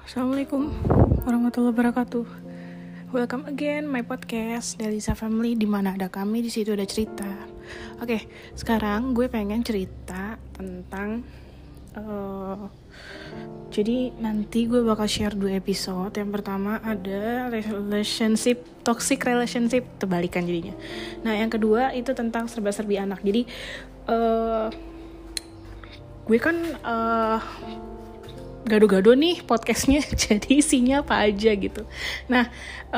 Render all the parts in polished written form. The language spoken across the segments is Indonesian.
Assalamualaikum warahmatullahi wabarakatuh. Welcome again my podcast Delisa Family, di mana ada kami, di situ ada cerita. Oke, sekarang gue pengen cerita tentang jadi nanti gue bakal share 2 episode. Yang pertama ada toxic relationship, terbalikan jadinya. Nah, yang kedua itu tentang serba-serbi anak. Jadi gue kan gado-gado nih podcastnya, jadi isinya apa aja gitu. Nah,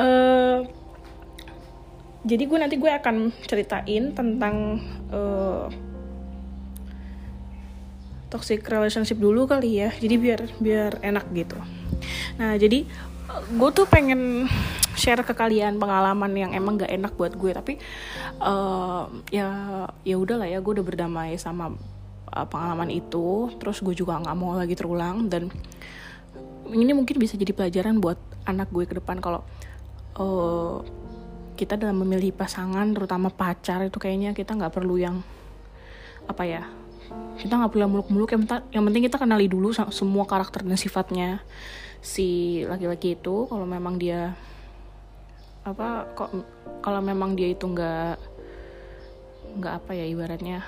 jadi nanti gue akan ceritain tentang toxic relationship dulu kali ya, jadi biar enak gitu. Nah, jadi gue tuh pengen share ke kalian pengalaman yang emang gak enak buat gue, tapi ya udahlah ya, gue udah berdamai sama pengalaman itu. Terus gue juga nggak mau lagi terulang, dan ini mungkin bisa jadi pelajaran buat anak gue ke depan. Kalau kita dalam memilih pasangan, terutama pacar, itu kayaknya kita nggak perlu yang kita nggak perlu yang muluk-muluk. Yang penting kita kenali dulu semua karakter dan sifatnya si laki-laki itu. Kalau memang dia kalau memang dia itu nggak ibaratnya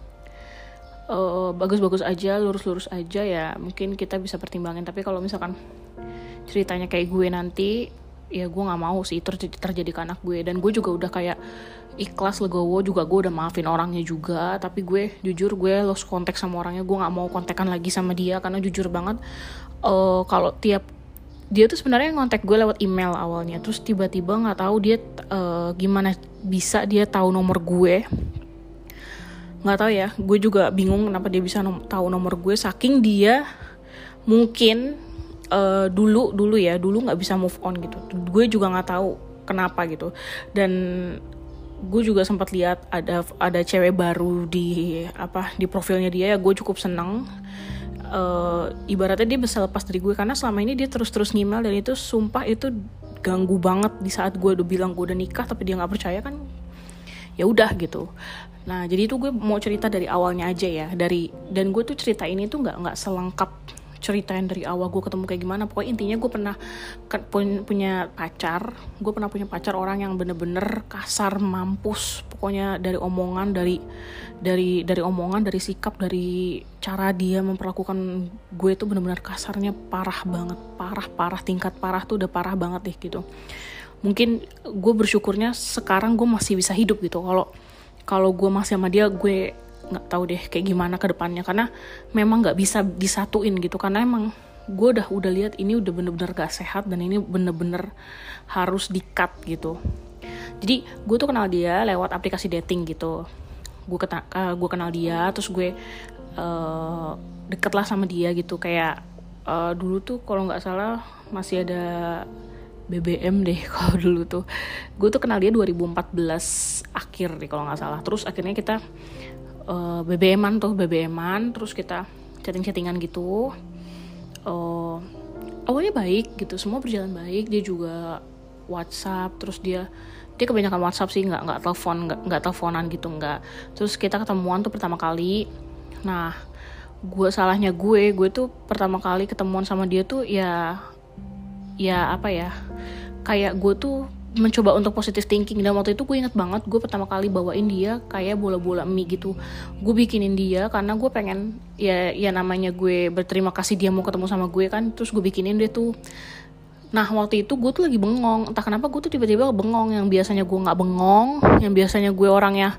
bagus-bagus aja, lurus-lurus aja, ya mungkin kita bisa pertimbangin. Tapi kalau misalkan ceritanya kayak gue nanti, ya gue nggak mau sih terjadi ke anak gue. Dan gue juga udah kayak ikhlas, legowo juga, gue udah maafin orangnya juga. Tapi gue jujur, gue lost kontak sama orangnya. Gue nggak mau kontekan lagi sama dia, karena jujur banget kalau dia tuh sebenarnya ngontek gue lewat email awalnya. Terus tiba-tiba nggak tahu dia gimana bisa dia tahu nomor gue. Nggak tahu ya, gue juga bingung kenapa dia bisa tahu nomor gue, saking dia mungkin dulu nggak bisa move on gitu. Gue juga nggak tahu kenapa gitu. Dan gue juga sempat lihat ada cewek baru di profilnya dia, ya gue cukup seneng. Ibaratnya dia bisa lepas dari gue, karena selama ini dia terus ngemail, dan itu sumpah itu ganggu banget. Di saat gue udah bilang gue udah nikah tapi dia nggak percaya kan, ya udah gitu. Nah, jadi itu gue mau cerita dari awalnya aja ya, dan gue tuh cerita ini tuh nggak selengkap ceritain dari awal gue ketemu kayak gimana. Pokoknya intinya gue pernah punya pacar orang yang bener-bener kasar, mampus. Pokoknya dari omongan, dari omongan, dari sikap, dari cara dia memperlakukan gue tuh bener-bener kasarnya parah banget, parah tingkat parah tuh udah parah banget deh gitu. Mungkin gue bersyukurnya sekarang gue masih bisa hidup gitu. Kalau gue masih sama dia, gue nggak tahu deh kayak gimana ke depannya, karena memang nggak bisa disatuin gitu. Karena emang gue udah lihat ini udah bener-bener gak sehat, dan ini bener-bener harus di-cut gitu. Jadi gue tuh kenal dia lewat aplikasi dating gitu. Gue kenal dia, terus gue deket lah sama dia gitu. Kayak dulu tuh kalau nggak salah masih ada BBM deh kalau dulu tuh. Gue tuh kenal dia 2014 akhir deh kalau nggak salah. Terus akhirnya kita BBM-an, terus kita chatting-chattingan gitu. Awalnya baik gitu, semua berjalan baik. Dia juga WhatsApp, terus dia kebanyakan WhatsApp sih, nggak teleponan gitu, nggak. Terus kita ketemuan tuh pertama kali. Nah, salahnya gue tuh pertama kali ketemuan sama dia tuh ya kayak gue tuh mencoba untuk positive thinking. Dan waktu itu gue inget banget, gue pertama kali bawain dia kayak bola-bola mie gitu. Gue bikinin dia karena gue pengen ya namanya gue berterima kasih dia mau ketemu sama gue kan. Terus gue bikinin dia tuh. Nah, waktu itu gue tuh lagi bengong. Entah kenapa gue tuh tiba-tiba bengong. Yang biasanya gue gak bengong, yang biasanya gue orangnya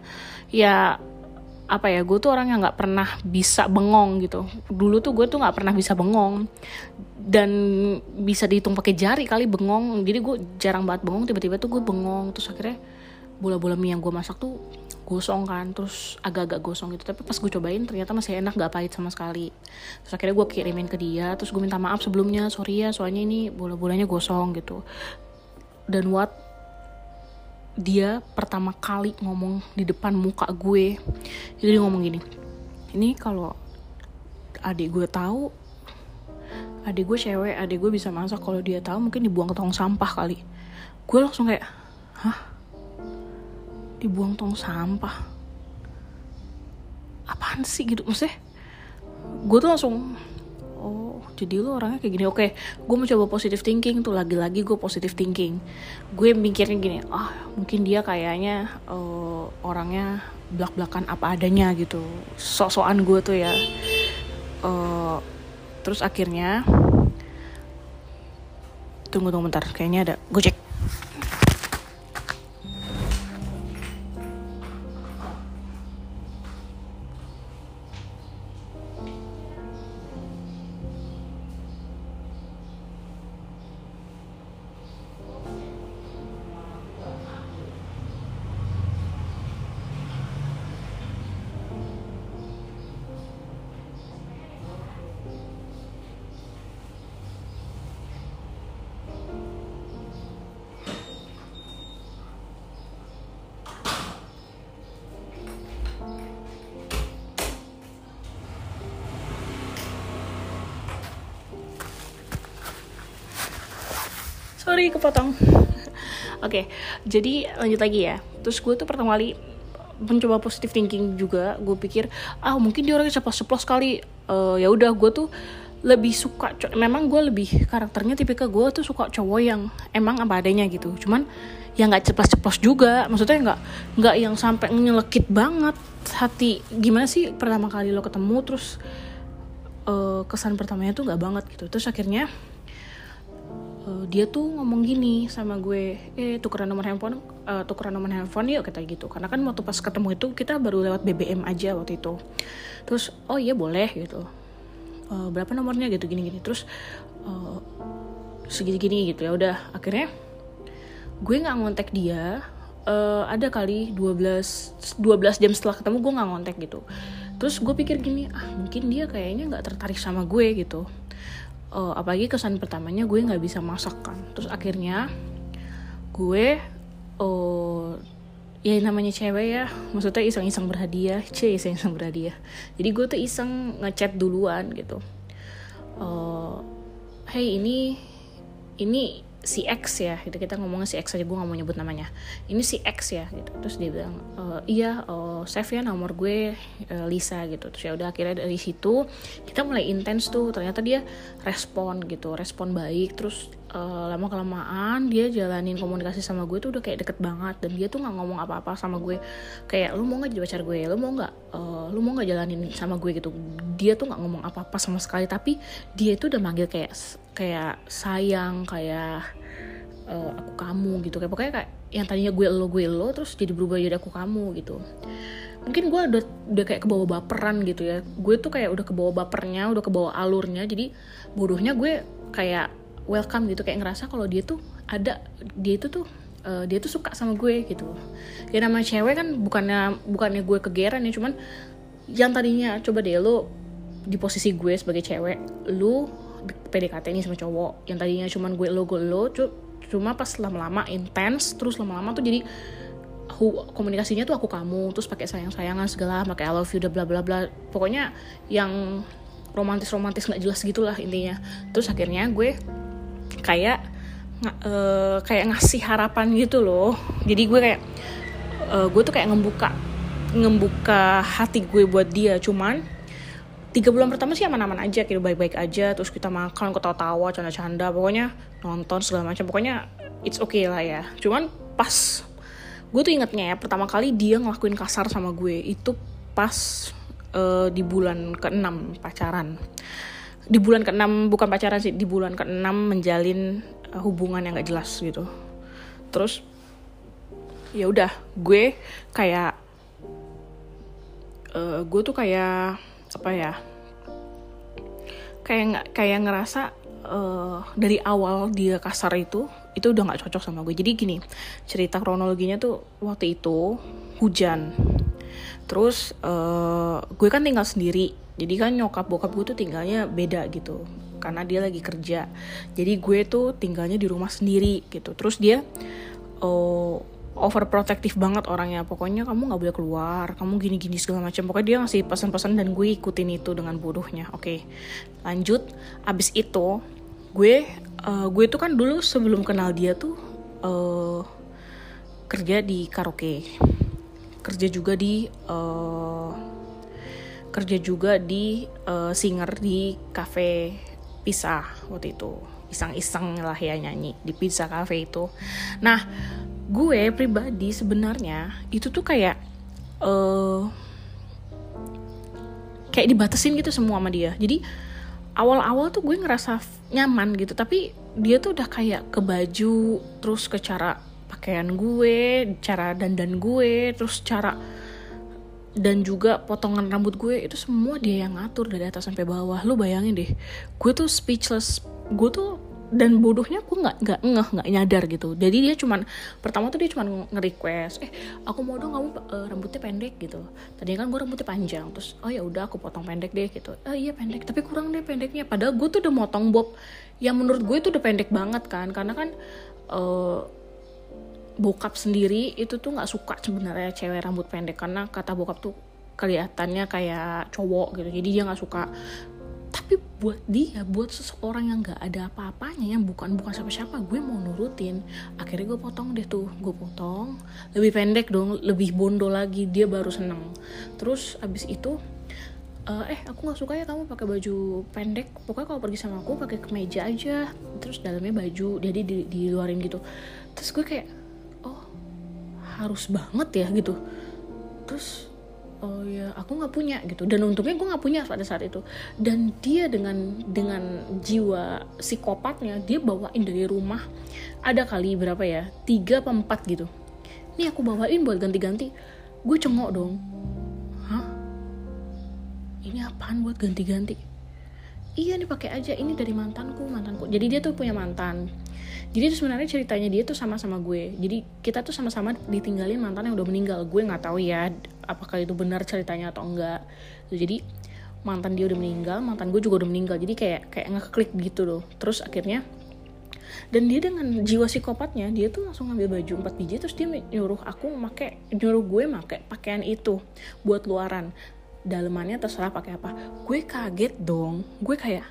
gue tuh orang yang nggak pernah bisa bengong gitu. Dulu tuh gue tuh nggak pernah bisa bengong, dan bisa dihitung pakai jari kali bengong. Jadi gue jarang banget bengong. Tiba-tiba tuh gue bengong. Terus akhirnya bola-bola mie yang gue masak tuh gosong kan, terus agak-agak gosong gitu. Tapi pas gue cobain ternyata masih enak, nggak pahit sama sekali. Terus akhirnya gue kirimin ke dia. Terus gue minta maaf sebelumnya, sorry ya, soalnya ini bola-bolanya gosong gitu. Dan dia pertama kali ngomong di depan muka gue. Jadi dia ngomong gini, ini kalau adik gue tahu, adik gue cewek, adik gue bisa masak, kalau dia tahu mungkin dibuang ke tong sampah kali. Gue langsung kayak, hah? Dibuang tong sampah? Apaan sih gitu? Maksudnya gue tuh langsung, oh jadi lu orangnya kayak gini. Oke, gue mau coba positive thinking tuh, lagi-lagi gue positive thinking. Gue mikirnya gini, mungkin dia kayaknya orangnya blak-blakan apa adanya gitu, sok-sokan gue tuh ya. Terus akhirnya tunggu bentar, kayaknya ada, gue cek. Sorry, kepotong. Oke, jadi lanjut lagi ya. Terus gue tuh pertama kali mencoba positive thinking juga. Gue pikir, mungkin dia orangnya ceplos-ceplos kali. Ya udah, gue tuh lebih suka. Memang gue lebih karakternya tipikal gue tuh suka cowok yang emang apa adanya gitu. Cuman yang nggak ceplos-ceplos juga. Maksudnya nggak yang sampai nyelekit banget hati. Gimana sih pertama kali lo ketemu terus kesan pertamanya tuh nggak banget gitu. Terus akhirnya dia tuh ngomong gini sama gue, tukeran nomor handphone yuk, kata gitu. Karena kan waktu pas ketemu itu kita baru lewat BBM aja waktu itu. Terus iya boleh gitu, berapa nomornya gitu, gini terus segini gitu. Ya udah, akhirnya gue nggak ngontek dia. Ada kali 12 jam setelah ketemu gue nggak ngontek gitu. Terus gue pikir gini, mungkin dia kayaknya nggak tertarik sama gue gitu. Apalagi kesan pertamanya gue nggak bisa masak kan. Terus akhirnya gue ya namanya cewek ya, maksudnya iseng-iseng berhadiah. Jadi gue tuh iseng ngechat duluan gitu, hey ini si X ya gitu, kita ngomongnya si X aja, gue nggak mau nyebut namanya, ini si X ya gitu. Terus dia bilang iya, save ya nomor gue, Lisa gitu. Terus ya udah, akhirnya dari situ kita mulai intens tuh. Ternyata dia respon baik. Terus lama kelamaan dia jalanin komunikasi sama gue tuh udah kayak deket banget. Dan dia tuh nggak ngomong apa-apa sama gue, kayak lu mau nggak jadi pacar gue, lu mau nggak jalanin sama gue gitu. Dia tuh nggak ngomong apa-apa sama sekali, tapi dia tuh udah manggil kayak sayang, kayak aku kamu gitu. Kayak pokoknya kayak yang tadinya gue lo terus jadi berubah jadi aku kamu gitu. Mungkin gue udah kayak kebawa baperan gitu ya. Gue tuh kayak udah kebawa bapernya, udah kebawa alurnya. Jadi bodohnya gue kayak welcome gitu, kayak ngerasa kalau dia tuh suka sama gue gitu. Ya namanya cewek kan bukannya gue kegeran ya, cuman yang tadinya coba deh lo di posisi gue sebagai cewek, lu PDKT nih sama cowok yang tadinya cuman gue lo cuma pas lama-lama intens, terus lama-lama tuh jadi komunikasinya tuh aku kamu, terus pakai sayang-sayangan segala, pakai I love you, udah bla bla bla, pokoknya yang romantis nggak jelas gitulah intinya. Terus akhirnya gue kayak ngasih harapan gitu loh. Jadi gue kayak gue tuh kayak ngebuka hati gue buat dia. Cuman 3 bulan pertama sih aman-aman aja, kayak baik-baik aja. Terus kita makan, ketawa-tawa, canda-canda, pokoknya nonton segala macam, pokoknya it's okay lah ya. Cuman pas gue tuh ingetnya ya, pertama kali dia ngelakuin kasar sama gue itu pas di bulan ke-6 pacaran. Di bulan ke-6 bukan pacaran sih, di bulan ke-6 menjalin hubungan yang gak jelas gitu. Terus ya udah, gue kayak gue tuh kayak apa ya, kayak ngerasa dari awal dia kasar itu udah nggak cocok sama gue. Jadi gini, cerita kronologinya tuh waktu itu hujan. Terus gue kan tinggal sendiri, jadi kan nyokap bokap gue tuh tinggalnya beda gitu karena dia lagi kerja. Jadi gue tuh tinggalnya di rumah sendiri gitu. Terus dia overprotective banget orangnya, pokoknya kamu nggak boleh keluar, kamu gini segala macam. Pokoknya dia ngasih pesan-pesan dan gue ikutin itu dengan bodohnya. Oke, lanjut. Abis itu gue tuh kan dulu sebelum kenal dia tuh kerja di karaoke, kerja juga di singer di cafe pisah waktu itu, iseng-iseng lah ya nyanyi di pizza cafe itu. Nah gue pribadi sebenarnya itu tuh kayak kayak dibatasin gitu semua sama dia. Jadi awal-awal tuh gue ngerasa nyaman gitu, tapi dia tuh udah kayak ke baju, terus ke cara pakaian gue, cara dandan gue, terus cara dan juga potongan rambut gue, itu semua dia yang ngatur dari atas sampai bawah. Lu bayangin deh, gue tuh speechless, gue tuh, dan bodohnya gue nggak nyadar gitu. Jadi dia cuman pertama tuh dia cuman nge-request, aku mau dong kamu rambutnya pendek gitu. Tadinya kan gue rambutnya panjang, terus oh ya udah aku potong pendek deh gitu. Iya pendek, tapi kurang deh pendeknya. Padahal gue tuh udah motong bob yang menurut gue itu udah pendek banget kan, karena kan bokap sendiri itu tuh nggak suka sebenarnya cewek rambut pendek, karena kata bokap tuh kelihatannya kayak cowok gitu, jadi dia nggak suka. Tapi buat dia, buat seseorang yang nggak ada apa-apanya, yang bukan siapa-siapa, gue mau nurutin. Akhirnya gue potong deh tuh, gue potong lebih pendek dong, lebih bondo lagi, dia baru seneng. Terus abis itu aku nggak suka ya kamu pakai baju pendek, pokoknya kalau pergi sama aku pakai kemeja aja, terus dalamnya baju, jadi diluarin gitu. Terus gue kayak harus banget ya gitu. Terus oh ya aku nggak punya gitu, dan untungnya gue nggak punya pada saat itu. Dan dia dengan jiwa psikopatnya, dia bawain dari rumah ada kali berapa ya, 3 atau 4 gitu. Nih aku bawain buat ganti-ganti. Gue cengok dong, hah ini apaan buat ganti-ganti? Iya nih pakai aja, ini dari mantanku. Jadi dia tuh punya mantan. Jadi itu sebenarnya ceritanya dia tuh sama gue. Jadi kita tuh sama-sama ditinggalin mantan yang udah meninggal. Gue nggak tahu ya apakah itu benar ceritanya atau enggak. Jadi mantan dia udah meninggal, mantan gue juga udah meninggal. Jadi kayak ngeklik gitu loh. Terus akhirnya, dan dia dengan jiwa psikopatnya, dia tuh langsung ngambil baju 4 biji, terus dia nyuruh gue pakai pakaian itu buat luaran. Dalemannya terserah pakai apa. Gue kaget dong. Gue kayak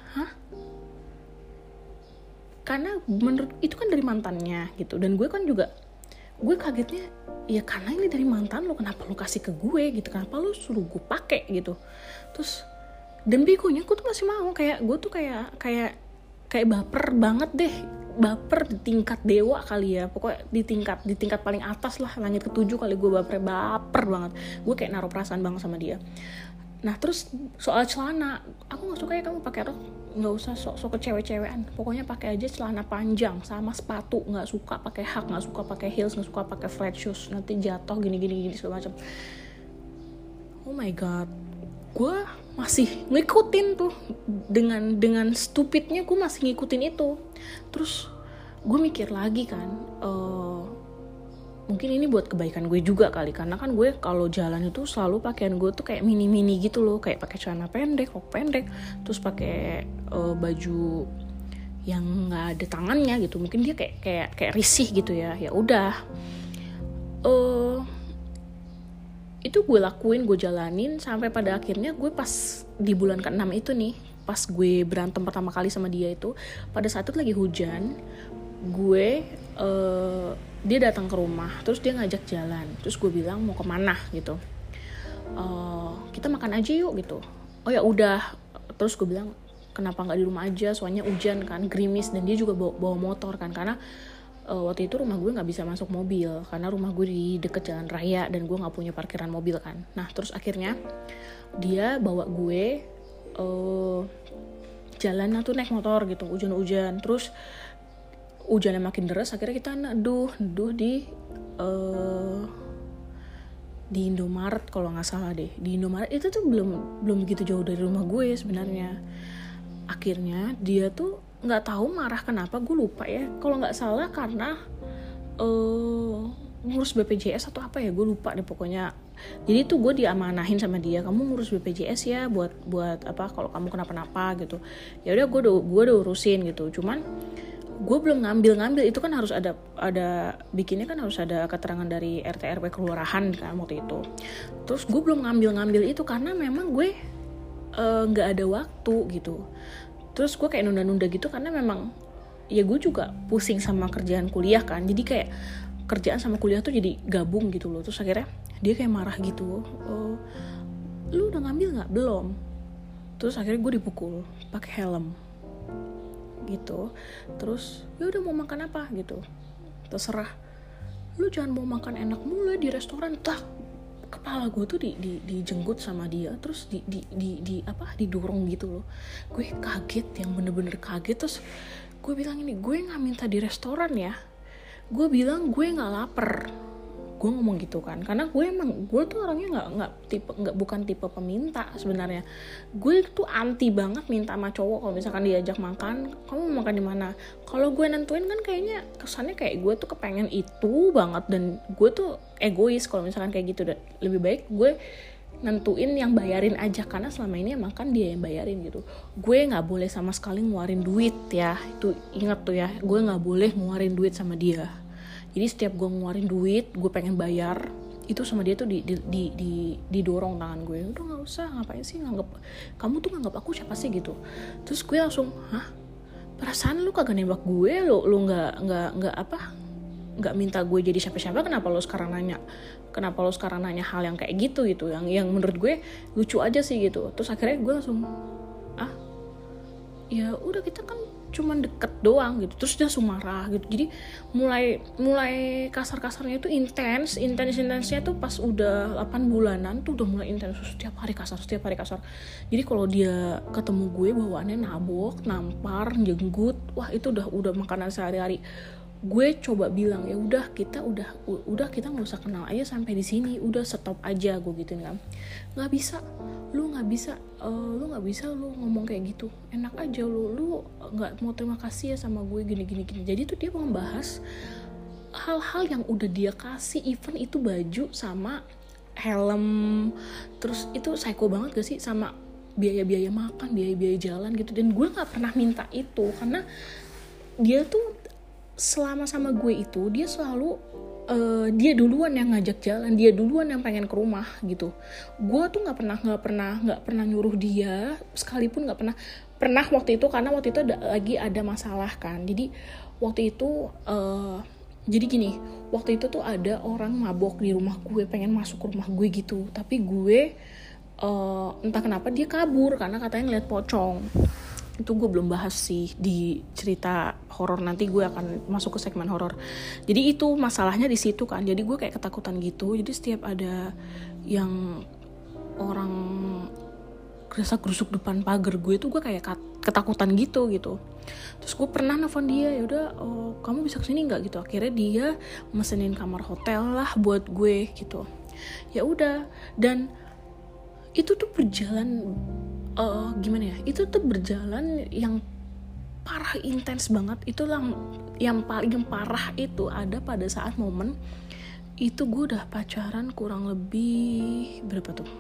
karena menurut itu kan dari mantannya gitu, dan gue kan juga, gue kagetnya ya karena ini dari mantan lo, kenapa lo kasih ke gue gitu, kenapa lo suruh gue pakai gitu. Terus dan begonya gue tuh masih mau, kayak gue tuh kayak baper banget deh, baper di tingkat dewa kali ya, pokoknya di tingkat paling atas lah, langit ke-7 kali gue baper banget. Gue kayak naruh perasaan banget sama dia. Nah terus soal celana, aku nggak suka ya kamu pakai rok, nggak usah sok kecewek-cewekan, pokoknya pakai aja celana panjang sama sepatu, nggak suka pakai hak, nggak suka pakai heels, nggak suka pakai flat shoes, nanti jatuh gini segala macam. Oh my god, gue masih ngikutin tuh, dengan stupidnya gue masih ngikutin itu. Terus gue mikir lagi kan, mungkin ini buat kebaikan gue juga kali, karena kan gue kalau jalan itu selalu pakaian gue tuh kayak mini gitu loh, kayak pakai celana pendek, rok pendek, terus pakai baju yang nggak ada tangannya gitu. Mungkin dia kayak risih gitu ya. Ya udah, itu gue lakuin, gue jalanin sampai pada akhirnya gue pas di bulan ke-6 itu nih, pas gue berantem pertama kali sama dia itu, pada saat itu lagi hujan, gue dia datang ke rumah, terus dia ngajak jalan, terus gue bilang mau kemana gitu, kita makan aja yuk gitu. Oh ya udah, terus gue bilang kenapa nggak di rumah aja, soalnya hujan kan, gerimis, dan dia juga bawa motor kan, karena waktu itu rumah gue nggak bisa masuk mobil karena rumah gue di deket jalan raya dan gue nggak punya parkiran mobil kan. Nah terus akhirnya dia bawa gue jalan tuh naik motor gitu, hujan-hujan, terus hujannya makin deras, akhirnya kita neduh di Indomaret kalau nggak salah deh. Di Indomaret itu tuh belum gitu jauh dari rumah gue sebenarnya. Akhirnya dia tuh nggak tahu marah kenapa, gue lupa ya, kalau nggak salah karena ngurus BPJS atau apa ya, gue lupa deh pokoknya. Jadi tuh gue diamanahin sama dia, kamu ngurus BPJS ya buat apa kalau kamu kenapa-napa gitu. Ya udah gue udah urusin gitu. Cuman gue belum ngambil itu kan harus ada bikinnya kan harus ada keterangan dari RT RW kelurahan kan waktu itu. Terus gue belum ngambil itu karena memang gue nggak ada waktu gitu. Terus gue kayak nunda-nunda gitu karena memang ya gue juga pusing sama kerjaan kuliah kan, jadi kayak kerjaan sama kuliah tuh jadi gabung gitu loh. Terus akhirnya dia kayak marah gitu, lu udah ngambil nggak? Belum. Terus akhirnya gue dipukul pakai helm. gitu. Terus ya udah mau makan apa gitu, terserah, lu jangan mau makan enak mulu di restoran. Kepala gue tuh dijenggut sama dia, terus didorong gitu loh. Gue kaget, yang bener-bener kaget. Terus gue bilang ini, gue nggak minta di restoran ya, gue bilang gue nggak lapar, gue ngomong gitu kan, karena gue tuh orangnya bukan tipe peminta sebenarnya. Gue tuh anti banget minta sama cowok. Kalau misalkan diajak makan, kamu mau makan di mana, kalau gue nentuin kan kayaknya kesannya kayak gue tuh kepengen itu banget, dan gue tuh egois kalau misalkan kayak gitu. Dan lebih baik gue nentuin yang bayarin aja, karena selama ini ya makan dia yang bayarin gitu. Gue nggak boleh sama sekali ngeluarin duit ya, itu ingat tuh ya, gue nggak boleh ngeluarin duit sama dia. Jadi setiap gue ngeluarin duit, gue pengen bayar, itu sama dia tuh didorong tangan gue. Udah nggak usah, ngapain sih kamu tuh nganggap aku siapa sih gitu. Terus gue langsung, perasaan lu kagak nembak gue, lu nggak minta gue jadi siapa-siapa, kenapa lo sekarang nanya hal yang kayak gitu yang menurut gue lucu aja sih gitu. Terus akhirnya gue langsung ya udah, kita kan cuman deket doang gitu. Terus dia langsung marah gitu. Jadi mulai kasar-kasarnya itu intensnya tuh pas udah 8 bulanan tuh udah mulai intens, setiap hari kasar. Jadi kalau dia ketemu gue bawaannya nabok, nampar, jenggut, wah itu udah makanan sehari-hari. Gue coba bilang, ya udah kita kita nggak usah kenal aja sampai di sini, udah stop aja, gue gituin kan. Nggak bisa lu ngomong kayak gitu, enak aja lu nggak mau terima kasih ya sama gue gini. Jadi tuh dia membahas hal-hal yang udah dia kasih, even itu baju sama helm. Terus itu psycho banget gak sih, sama biaya makan, biaya jalan gitu. Dan gue nggak pernah minta itu, karena dia tuh selama sama gue itu dia selalu dia duluan yang ngajak jalan, dia duluan yang pengen ke rumah gitu. Gue tuh nggak pernah nyuruh dia sekalipun, nggak pernah waktu itu, karena waktu itu lagi ada masalah kan. Jadi waktu itu jadi gini, waktu itu tuh ada orang mabok di rumah gue, pengen masuk ke rumah gue gitu, tapi gue entah kenapa dia kabur karena katanya ngeliat pocong. Itu gue belum bahas sih di cerita horor, nanti gue akan masuk ke segmen horor. Jadi itu masalahnya di situ kan. Jadi gue kayak ketakutan gitu. Jadi setiap ada yang orang gerusak depan pagar gue tuh gue kayak ketakutan gitu. Terus gue pernah nelfon dia, ya udah kamu bisa kesini nggak gitu. Akhirnya dia mesenin kamar hotel lah buat gue gitu. Ya udah, dan itu tuh berjalan itu tuh berjalan yang parah, intens banget. Itulah yang paling parah itu ada pada saat momen itu gue udah pacaran kurang lebih berapa tuh?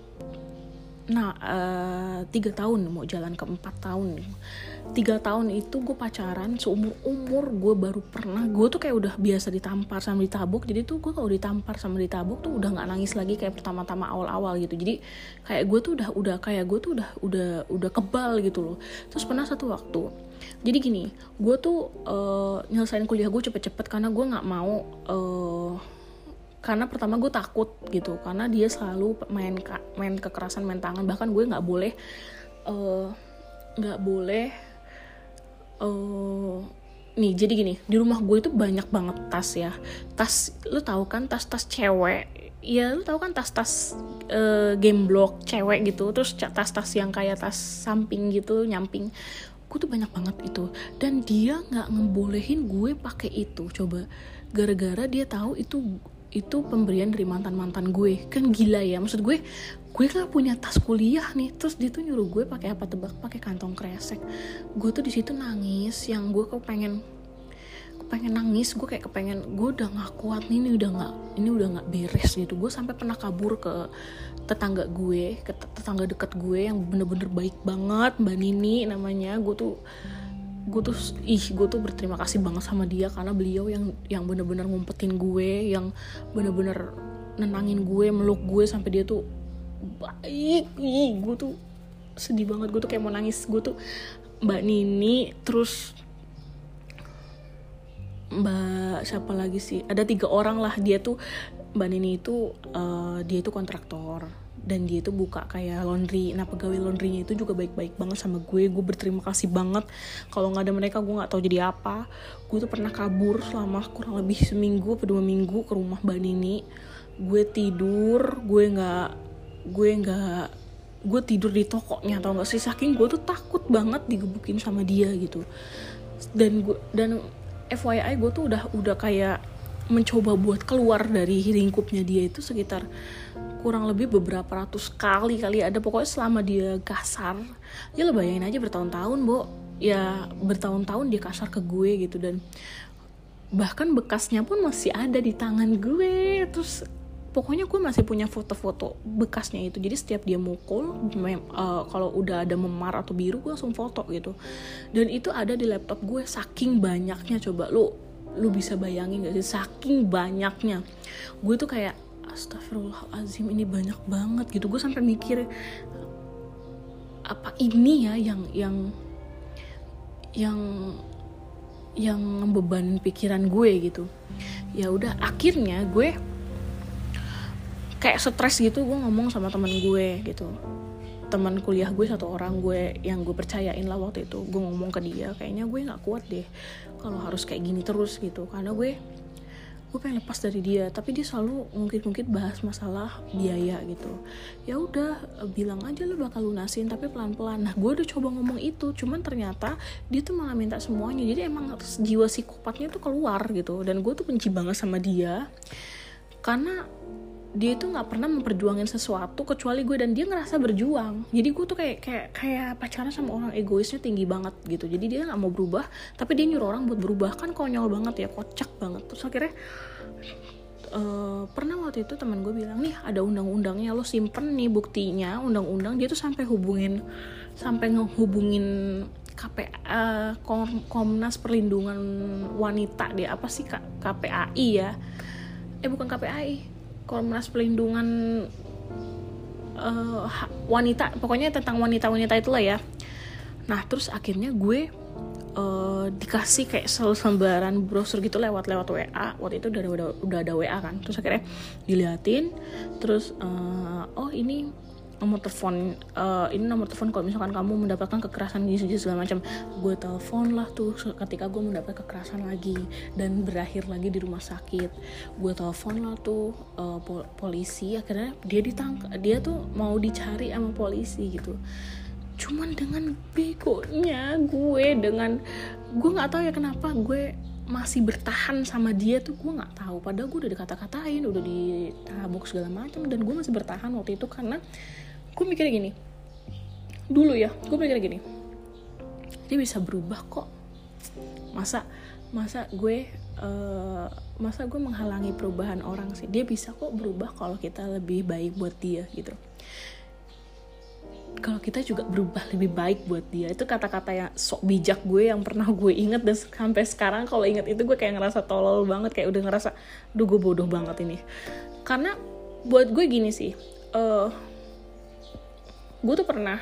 3 tahun, mau jalan ke 4 tahun. 3 tahun itu gue pacaran, seumur gue baru pernah, gue tuh kayak udah biasa ditampar sama ditabuk. Jadi tuh gue kalau ditampar sama ditabuk tuh udah nggak nangis lagi kayak pertama-tama awal-awal gitu. Jadi kayak gue tuh udah kebal gitu loh. Terus pernah satu waktu, jadi gini, gue tuh nyelesain kuliah gue cepet-cepet karena gue nggak mau karena pertama gue takut gitu, karena dia selalu main kekerasan, main tangan. Bahkan gue nggak boleh nih. Jadi gini, di rumah gue itu banyak banget tas ya. Tas, lu tahu kan tas cewek ya, lu tahu kan tas game block cewek gitu. Terus tas yang kayak tas samping gitu, nyamping. Gue tuh banyak banget itu, dan dia nggak ngebolehin gue pakai itu. Coba, gara-gara dia tahu itu pemberian dari mantan gue. Kan gila ya, maksud gue kan punya tas kuliah nih, terus dia tuh nyuruh gue pakai apa, tebak, pakai kantong kresek. Gue tuh di situ nangis, yang gue kepengen nangis. Gue kayak gue udah nggak kuat nih, ini udah nggak beres gitu. Gue sampai pernah kabur ke tetangga dekat gue yang bener-bener baik banget, Mbak Nini namanya. Gue tuh berterima kasih banget sama dia, karena beliau yang benar-benar ngumpetin gue, yang benar-benar nenangin gue, meluk gue sampai dia tuh baik. Gue tuh sedih banget, gue tuh kayak mau nangis. Gue tuh Mbak Nini, terus Mbak siapa lagi sih, ada 3 orang lah. Dia tuh Mbak Nini itu dia itu kontraktor, dan dia itu buka kayak laundry. Nah pegawai laundrynya itu juga baik-baik banget sama gue berterima kasih banget. Kalau nggak ada mereka gue nggak tahu jadi apa. Gue tuh pernah kabur selama kurang lebih seminggu atau 2 minggu ke rumah Mbak Nini. Gue tidur, gue tidur di tokonya, tau nggak sih, saking gue tuh takut banget digebukin sama dia gitu. Dan FYI gue tuh udah kayak mencoba buat keluar dari lingkupnya dia itu sekitar kurang lebih beberapa ratus kali ada. Pokoknya selama dia kasar, ya lo bayangin aja bertahun-tahun, ya bertahun-tahun dia kasar ke gue gitu. Dan bahkan bekasnya pun masih ada di tangan gue. Terus pokoknya gue masih punya foto-foto bekasnya itu. Jadi setiap dia mukul, kalau udah ada memar atau biru gue langsung foto gitu. Dan itu ada di laptop gue saking banyaknya. Coba lu bisa bayangin gak sih, saking banyaknya. Gue tuh kayak astagfirullahaladzim, ini banyak banget gitu. Gue sampai mikir apa ini ya yang membebanin pikiran gue gitu. Ya udah, akhirnya gue kayak stres gitu. Gue ngomong sama teman gue gitu, teman kuliah gue, satu orang gue yang gue percayain lah waktu itu. Gue ngomong ke dia, kayaknya gue nggak kuat deh kalau harus kayak gini terus gitu, karena gue pengen lepas dari dia. Tapi dia selalu ngungkit bahas masalah biaya gitu. Ya udah, bilang aja lo bakal lunasin tapi pelan-pelan. Nah gue udah coba ngomong itu, cuman ternyata dia tuh malah minta semuanya. Jadi emang jiwa psikopatnya tuh keluar gitu. Dan gue tuh benci banget sama dia karena dia tuh nggak pernah memperjuangin sesuatu kecuali gue, dan dia ngerasa berjuang. Jadi gue tuh kayak pacaran sama orang egoisnya tinggi banget gitu. Jadi dia nggak mau berubah, tapi dia nyuruh orang buat berubah. Kan konyol banget ya, kocak banget. Terus akhirnya pernah waktu itu teman gue bilang, nih ada undang-undangnya, lo simpen nih buktinya, undang-undang. Dia tuh sampai ngehubungin KPA, Komnas Perlindungan Wanita deh, apa sih KPAI ya? Bukan KPAI, Komnas Perlindungan Wanita, pokoknya tentang wanita-wanita itulah ya. Nah terus akhirnya gue dikasih kayak selembaran brosur gitu lewat WA. Waktu itu udah ada WA kan. Terus akhirnya diliatin, terus ini nomor telepon, kalau misalkan kamu mendapatkan kekerasan gini segala macam. Gue telepon lah tuh ketika gue mendapat kekerasan lagi dan berakhir lagi di rumah sakit. Gue telepon lah tuh polisi. Akhirnya dia ditangkap, dia tuh mau dicari sama polisi gitu. Cuman dengan begonya gue nggak tahu ya kenapa gue masih bertahan sama dia tuh. Gue nggak tahu, padahal gue udah dikata-katain, udah ditabuk segala macam, dan gue masih bertahan waktu itu karena gue mikirnya gini, dia bisa berubah kok. Masa gue menghalangi perubahan orang sih? Dia bisa kok berubah kalau kita lebih baik buat dia gitu. Kalau kita juga berubah lebih baik buat dia. Itu kata-kata yang sok bijak gue yang pernah gue inget, dan sampai sekarang kalau inget itu gue kayak ngerasa tolol banget, kayak udah ngerasa gue bodoh banget ini. Karena buat gue gini sih, gue tuh pernah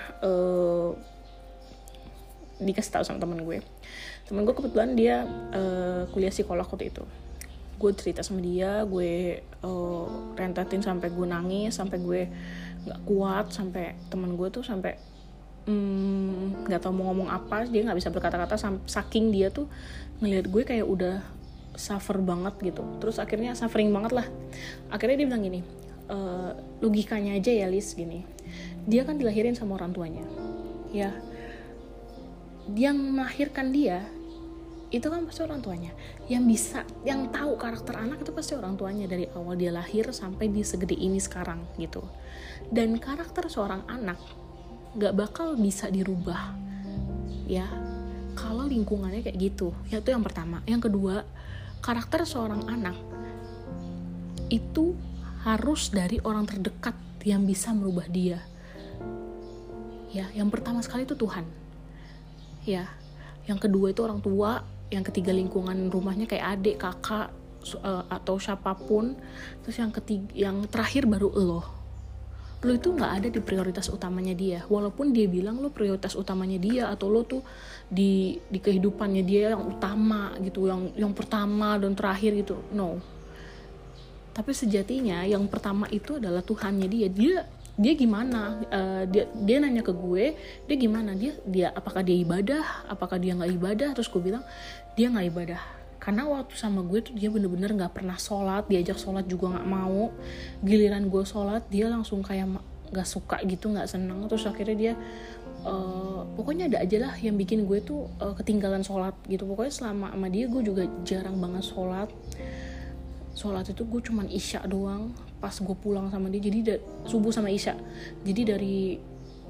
dikasih tahu sama temen gue kebetulan dia kuliah psikolog waktu itu. Gue cerita sama dia, gue rentetin sampai gue nangis, sampai gue nggak kuat, sampai temen gue tuh sampai nggak tahu mau ngomong apa, dia nggak bisa berkata-kata, saking dia tuh ngelihat gue kayak udah suffer banget gitu. Terus akhirnya suffering banget lah. Akhirnya dia bilang gini, logikanya aja ya Lis, gini, dia kan dilahirin sama orang tuanya ya, yang melahirkan dia itu kan pasti orang tuanya. Yang tahu karakter anak itu pasti orang tuanya dari awal dia lahir sampai di segede ini sekarang gitu. Dan karakter seorang anak gak bakal bisa dirubah ya kalau lingkungannya kayak gitu. Ya itu yang pertama. Yang kedua, karakter seorang anak itu harus dari orang terdekat yang bisa merubah dia. Ya, yang pertama sekali itu Tuhan. Ya, yang kedua itu orang tua, yang ketiga lingkungan rumahnya kayak adik, kakak, atau siapapun. Terus yang terakhir baru lo itu nggak ada di prioritas utamanya dia. Walaupun dia bilang lo prioritas utamanya dia, atau lo tuh di kehidupannya dia yang utama gitu, yang pertama dan terakhir gitu. No. Tapi sejatinya yang pertama itu adalah Tuhannya dia. dia gimana, dia nanya ke gue, dia gimana, dia apakah dia ibadah, apakah dia nggak ibadah. Terus gue bilang dia nggak ibadah, karena waktu sama gue tuh dia bener-bener nggak pernah sholat, diajak sholat juga nggak mau, giliran gue sholat dia langsung kayak nggak suka gitu, nggak seneng. Terus akhirnya dia pokoknya ada aja lah yang bikin gue tuh ketinggalan sholat gitu. Pokoknya selama sama dia gue juga jarang banget sholat itu gue cuman isya doang pas gue pulang sama dia. Jadi subuh sama isya, jadi dari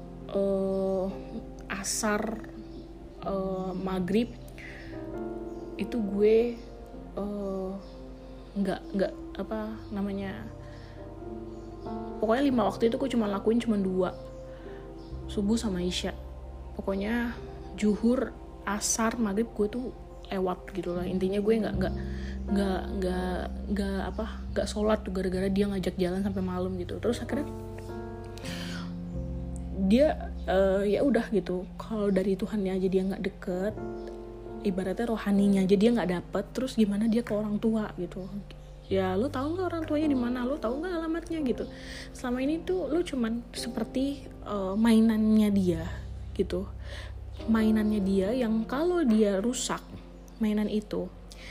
asar maghrib itu gue nggak apa namanya, pokoknya 5 waktu itu gue cuma lakuin 2, subuh sama isya. Pokoknya zuhur, asar, maghrib gue tuh lewat gitu lah. Intinya gue nggak sholat tuh gara-gara dia ngajak jalan sampai malam gitu. Terus akhirnya dia ya udah gitu, kalau dari Tuhannya aja dia nggak deket, ibaratnya rohaninya aja dia nggak dapet, terus gimana dia ke orang tua gitu. Ya lu tahu nggak orang tuanya di mana, lu tahu nggak alamatnya gitu. Selama ini tuh lu cuman seperti mainannya dia gitu, mainannya dia yang kalau dia rusak mainan itu,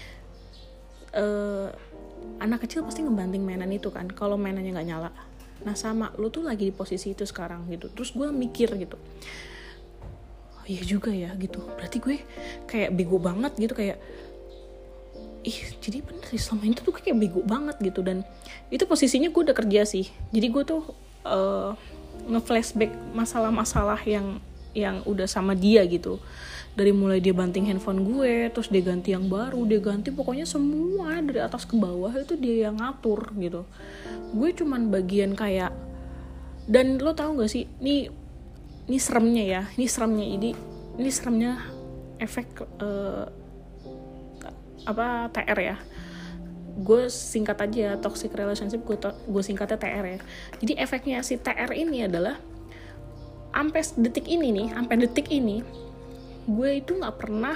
anak kecil pasti ngebanting mainan itu kan kalau mainannya nggak nyala. Nah sama lu tuh lagi di posisi itu sekarang gitu. Terus gue mikir gitu, iya juga ya gitu, berarti gue kayak bego banget gitu, kayak jadi bener sih selama ini tuh kayak bego banget gitu. Dan itu posisinya gue udah kerja sih, jadi gue tuh nge-flashback masalah-masalah yang udah sama dia gitu, dari mulai dia banting handphone gue, terus dia ganti yang baru, dia ganti pokoknya semua dari atas ke bawah itu dia yang ngatur gitu. Gue cuman bagian kayak, dan lo tau gak sih ini seremnya ya, ini seremnya efek TR ya. Gue singkat aja, toxic relationship gue singkatnya TR ya. Jadi efeknya si TR ini adalah sampai detik ini gue itu nggak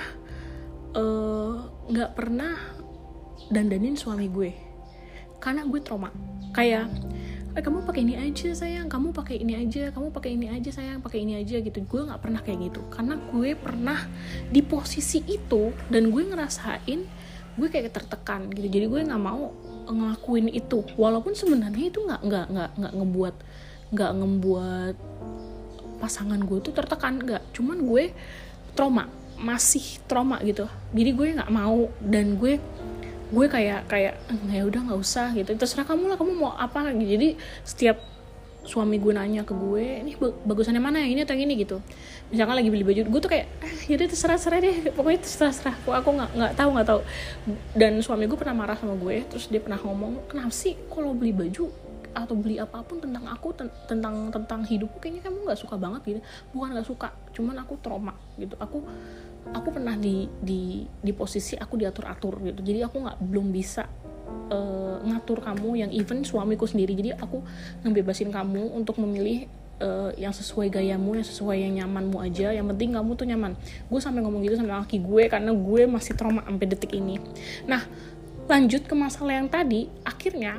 pernah dandanin suami gue karena gue trauma. Kayak kamu pakai ini aja sayang, kamu pakai ini aja sayang, pakai ini aja gitu. Gue nggak pernah kayak gitu karena gue pernah di posisi itu dan gue ngerasain gue kayak tertekan gitu. Jadi gue nggak mau ngelakuin itu, walaupun sebenarnya itu nggak ngebuat pasangan gue tuh tertekan, nggak, cuman gue masih trauma gitu. Jadi gue nggak mau, dan gue kayak ya udah nggak usah gitu, terserah kamu lah, kamu mau apa gitu. Jadi setiap suami gue nanya ke gue, ini bagusannya mana, yang ini atau yang ini gitu, misalkan lagi beli baju, gue tuh kayak yaudah terserah deh, pokoknya terserah aku nggak tahu. Dan suami gue pernah marah sama gue, terus dia pernah ngomong, kenapa sih kalau beli baju atau beli apapun tentang aku, tentang hidupku, kayaknya kamu nggak suka banget gitu. Bukan nggak suka, cuman aku trauma gitu. Aku pernah di posisi aku diatur-atur gitu. Jadi aku belum bisa ngatur kamu, yang even suamiku sendiri. Jadi aku ngebebasin kamu untuk memilih yang sesuai gayamu, yang sesuai yang nyamanmu aja. Yang penting kamu tuh nyaman. Gue sampai ngomong gitu sama laki gue karena gue masih trauma sampai detik ini. Nah, lanjut ke masalah yang tadi, akhirnya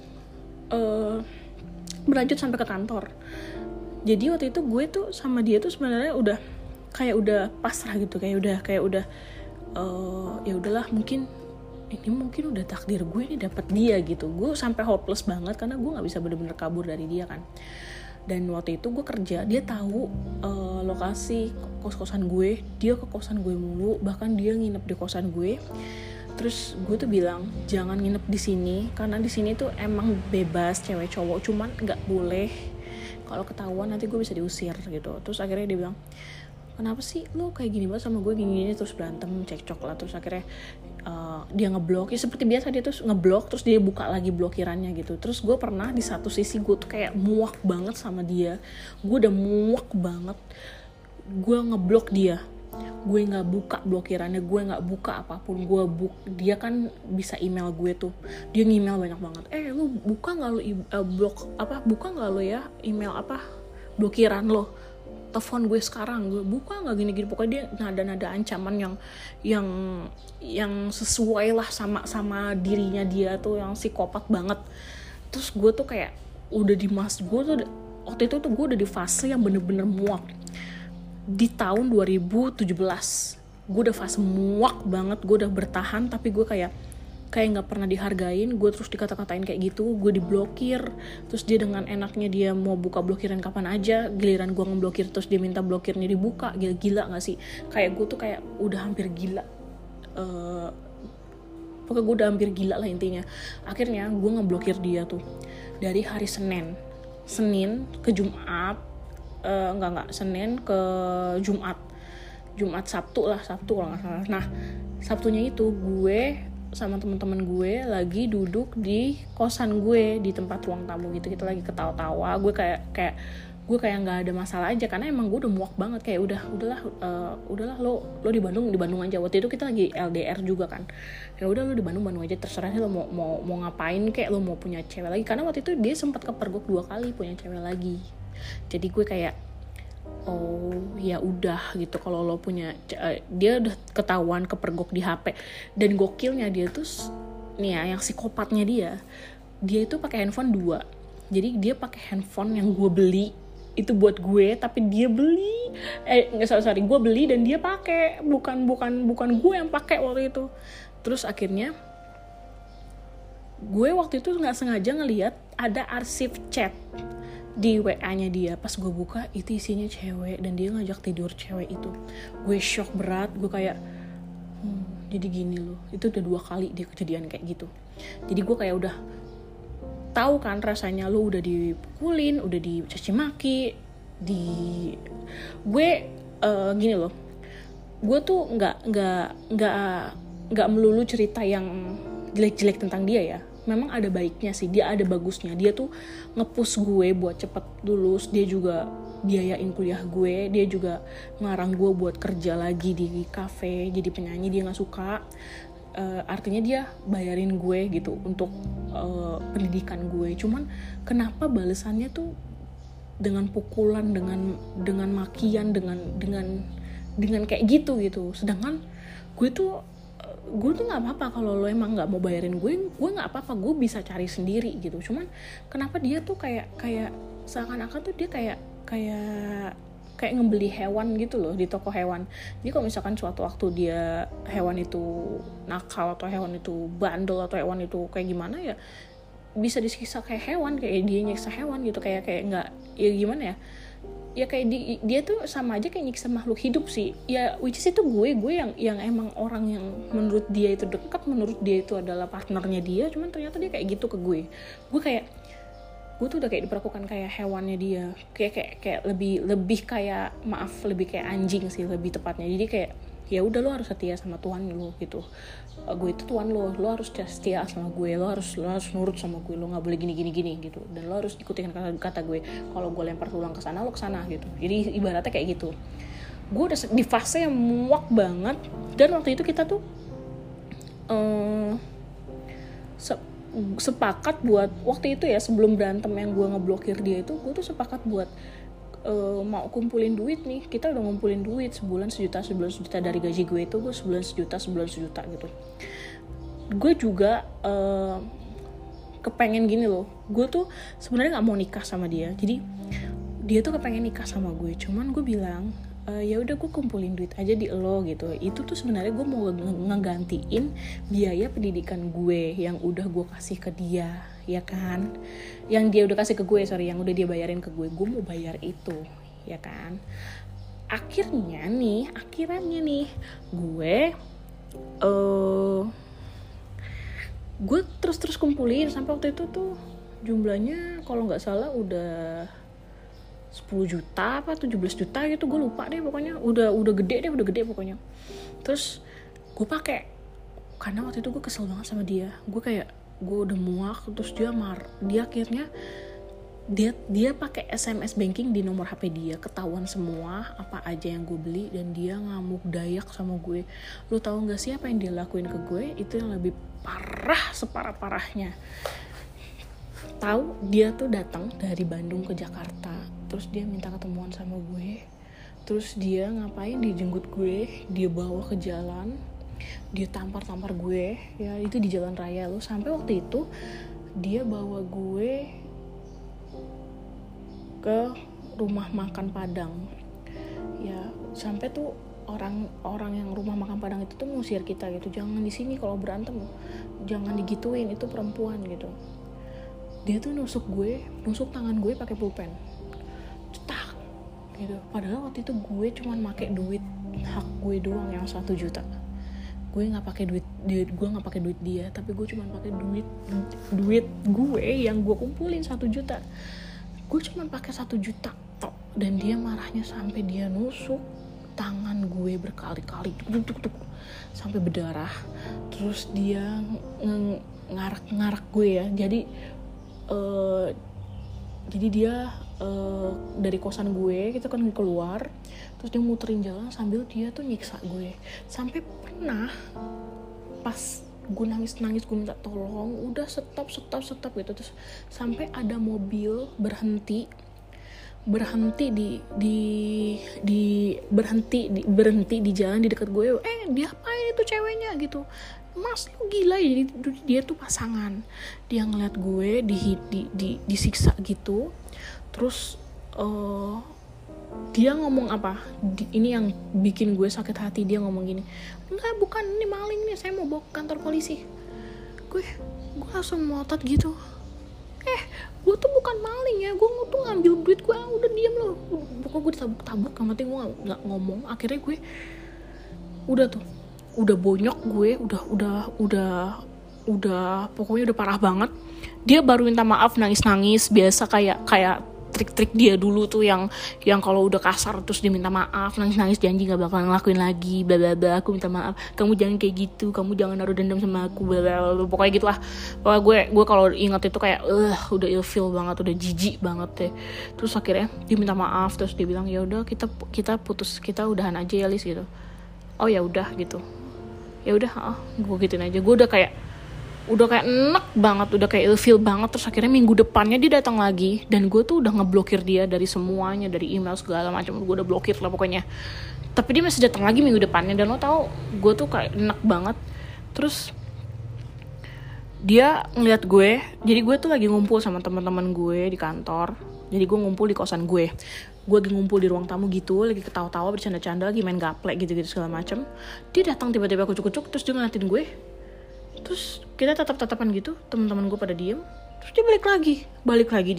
berlanjut sampai ke kantor. Jadi waktu itu gue tuh sama dia tuh sebenarnya udah pasrah gitu, kayak udah ya udahlah, mungkin udah takdir gue nih dapet dia gitu. Gue sampai hopeless banget karena gue nggak bisa bener-bener kabur dari dia kan. Dan waktu itu gue kerja, dia tahu lokasi kos-kosan gue, dia ke kosan gue mulu, bahkan dia nginep di kosan gue. Terus gue tuh bilang jangan nginep di sini karena di sini tuh emang bebas cewek cowok, cuman nggak boleh kalau ketahuan nanti gue bisa diusir gitu. Terus akhirnya dia bilang, kenapa sih lo kayak gini banget sama gue, gini, terus berantem cekcok lah. Terus akhirnya dia ngeblok, ya seperti biasa dia tuh ngeblok, terus dia buka lagi blokirannya gitu. Terus gue pernah di satu sisi gue tuh kayak muak banget sama dia, gue udah muak banget, gue ngeblok dia, gue nggak buka blokirannya, gue nggak buka apapun. Dia kan bisa email gue tuh, dia ngemail banyak banget, lu buka nggak lu buka nggak lu ya email blokiran lo, telepon gue sekarang, gue buka nggak, gini. Pokoknya dia nada ancaman yang sesuai lah sama dirinya dia tuh, yang psikopat banget. Terus gue tuh kayak udah gue tuh waktu itu tuh gue udah di fase yang bener-bener muak. Di tahun 2017 gue udah fase muak banget, gue udah bertahan tapi gue kayak nggak pernah dihargain. Gue terus dikata-katain kayak gitu, gue diblokir, terus dia dengan enaknya dia mau buka blokiran kapan aja, giliran gue ngeblokir terus dia minta blokirnya dibuka. Gila nggak sih? Kayak gue tuh kayak udah hampir gila. Pokoknya gue udah hampir gila lah intinya. Akhirnya gue ngeblokir dia tuh dari hari Senin ke Jumat. Senin ke Jumat Sabtu kalau nggak salah. Nah Sabtunya itu gue sama teman-teman gue lagi duduk di kosan gue di tempat ruang tamu gitu, kita lagi ketawa-tawa. Gue kayak nggak ada masalah aja karena emang gue udah muak banget, kayak udahlah lo di Bandung aja. Waktu itu kita lagi LDR juga kan, ya udah lo di Bandung aja, terserah sih lo mau ngapain, kayak lo mau punya cewek lagi, karena waktu itu dia sempat kepergok 2 kali punya cewek lagi. Jadi gue kayak oh ya udah gitu, kalau lo punya dia udah ketahuan kepergok di HP. Dan gokilnya dia tuh nih ya, yang psikopatnya dia itu pakai handphone 2. Jadi dia pakai handphone yang gue beli itu buat gue, tapi dia beli gue beli dan dia pakai, bukan gue yang pakai waktu itu. Terus akhirnya gue waktu itu nggak sengaja ngelihat ada arsip chat di WA-nya dia. Pas gue buka itu isinya cewek dan dia ngajak tidur cewek itu. Gue shock berat, gue kayak jadi gini loh. Itu udah 2 kali dia kejadian kayak gitu. Jadi gue kayak udah tahu kan rasanya lo udah dipukulin, udah dicaci maki, gue gini loh. Gue tuh nggak melulu cerita yang jelek-jelek tentang dia ya. Memang ada baiknya sih, dia ada bagusnya. Dia tuh nge-push gue buat cepet lulus, dia juga biayain kuliah gue, dia juga ngarang gue buat kerja lagi di kafe jadi penyanyi. Dia nggak suka, artinya dia bayarin gue gitu untuk pendidikan gue. Cuman kenapa balasannya tuh dengan pukulan, dengan makian, dengan kayak gitu. Sedangkan gue tuh nggak apa-apa kalau lo emang nggak mau bayarin gue nggak apa-apa, gue bisa cari sendiri gitu. Cuman kenapa dia tuh kayak seakan-akan tuh dia kayak ngebeli hewan gitu loh di toko hewan. Jadi kalau misalkan suatu waktu dia hewan itu nakal atau hewan itu bandel atau hewan itu kayak gimana ya, bisa disiksa kayak hewan, kayak dia nyiksa hewan gitu, kayak nggak, ya gimana ya kayak dia tuh sama aja kayak nyiksa makhluk hidup sih ya, which is itu gue yang emang orang yang menurut dia itu dekat, menurut dia itu adalah partnernya dia, cuman ternyata dia kayak gitu ke gue tuh udah kayak diperlakukan kayak hewannya dia, kayak lebih kayak lebih kayak anjing sih lebih tepatnya. Jadi kayak ya udah, lo harus setia sama Tuhan lo gitu. Gue itu Tuhan lo harus setia sama gue, lo harus nurut sama gue, lo nggak boleh gini gitu, dan lo harus ikutin kata gue. Kalau gue lempar tulang ke sana, lo ke sana gitu. Jadi ibaratnya kayak gitu. Gue udah di fase yang muak banget, dan waktu itu kita tuh sepakat buat waktu itu ya, sebelum berantem yang gue ngeblokir dia itu, gue tuh sepakat buat mau kumpulin duit nih. Kita udah ngumpulin duit sebulan sejuta dari gaji gue itu, gue sebulan sejuta gitu. Gue juga kepengen gini loh, gue tuh sebenarnya nggak mau nikah sama dia. Jadi dia tuh kepengen nikah sama gue, cuman gue bilang ya udah, gue kumpulin duit aja di lo gitu. Itu tuh sebenarnya gue mau ngegantiin biaya pendidikan gue yang udah gue kasih ke dia, ya kan, yang dia udah kasih ke gue, yang udah dia bayarin ke gue mau bayar itu, ya kan. Akhirnya nih gue terus kumpulin sampai waktu itu tuh jumlahnya kalau nggak salah udah 10 juta apa 17 juta gitu, gue lupa deh pokoknya. Udah gede pokoknya. Terus gue pakai, karena waktu itu gue kesel banget sama dia. Gue udah muak. Terus dia akhirnya dia pakai SMS banking di nomor HP dia, ketahuan semua apa aja yang gue beli, dan dia ngamuk dayak sama gue. Lu tahu nggak sih apa yang dia lakuin ke gue? Itu yang lebih parah, separah-parahnya. Tahu, dia tuh datang dari Bandung ke Jakarta, terus dia minta ketemuan sama gue. Terus dia ngapain? Dia jemput gue, dia bawa ke jalan, dia tampar gue ya, itu di jalan raya loh. Sampai waktu itu dia bawa gue ke rumah makan Padang. Ya sampai tuh orang yang rumah makan Padang itu tuh ngusir kita gitu, jangan di sini kalau berantem, jangan digituin, itu perempuan gitu. Dia tuh nusuk tangan gue pakai pulpen, cetak gitu. Padahal waktu itu gue cuman pakai duit hak gue doang yang 1 juta. Gue nggak pakai duit dia, tapi gue cuma pakai duit gue yang gue kumpulin 1 juta. Gue cuma pakai 1 juta tok, dan dia marahnya sampai dia nusuk tangan gue berkali-kali, tuk, sampai berdarah. Terus dia ngarak gue ya. Jadi dia dari kosan gue, kita kan keluar, terus dia muterin jalan sambil dia tuh nyiksa gue. Sampai pernah pas gue nangis gue minta tolong, udah stop gitu, terus sampai ada mobil berhenti di jalan di dekat gue. Dia apain itu ceweknya gitu, mas lu gila ya. Jadi dia tuh pasangan, dia ngeliat gue disiksa gitu. Terus dia ngomong apa, ini yang bikin gue sakit hati. Dia ngomong gini, enggak, bukan, ini maling nih, saya mau bawa ke kantor polisi. Gue langsung ngotot gitu, gue tuh bukan maling ya, gue tuh ngambil duit gue. Udah diam lo. Pokoknya gue ditabuk yang penting gue nggak ngomong. Akhirnya gue udah bonyok gue, udah pokoknya udah parah banget. Dia baru minta maaf nangis biasa, kayak trik-trik dia dulu tuh yang kalau udah kasar terus dia minta maaf, nangis janji gak bakal ngelakuin lagi, bla bla bla, aku minta maaf, kamu jangan kayak gitu, kamu jangan naruh dendam sama aku, bla bla bla. Pokoknya gitulah. Pokoknya gue kalau ingat itu kayak udah ilfeel banget, udah jijik banget deh. Terus akhirnya dia minta maaf, terus dia bilang ya udah kita putus, kita udahan aja ya Lis gitu. Oh ya udah gitu. Ya udah, gue gituin aja. Gue udah kayak enak banget, udah kayak ilfeel banget. Terus akhirnya minggu depannya dia datang lagi, dan gue tuh udah ngeblokir dia dari semuanya, dari email segala macam, gue udah blokir lah pokoknya. Tapi dia masih datang lagi minggu depannya, dan lo tau gue tuh kayak enak banget. Terus dia ngeliat gue, jadi gue tuh lagi ngumpul sama teman-teman gue di kantor. Jadi gue ngumpul di kosan gue lagi ngumpul di ruang tamu gitu, lagi ketawa-tawa, bercanda-canda, lagi main gaplek gitu-gitu segala macam. Dia datang tiba-tiba kucuk-kucuk, terus dia ngeliatin gue. Terus kita tatap-tatapan gitu, teman-teman gue pada diem. Terus dia balik lagi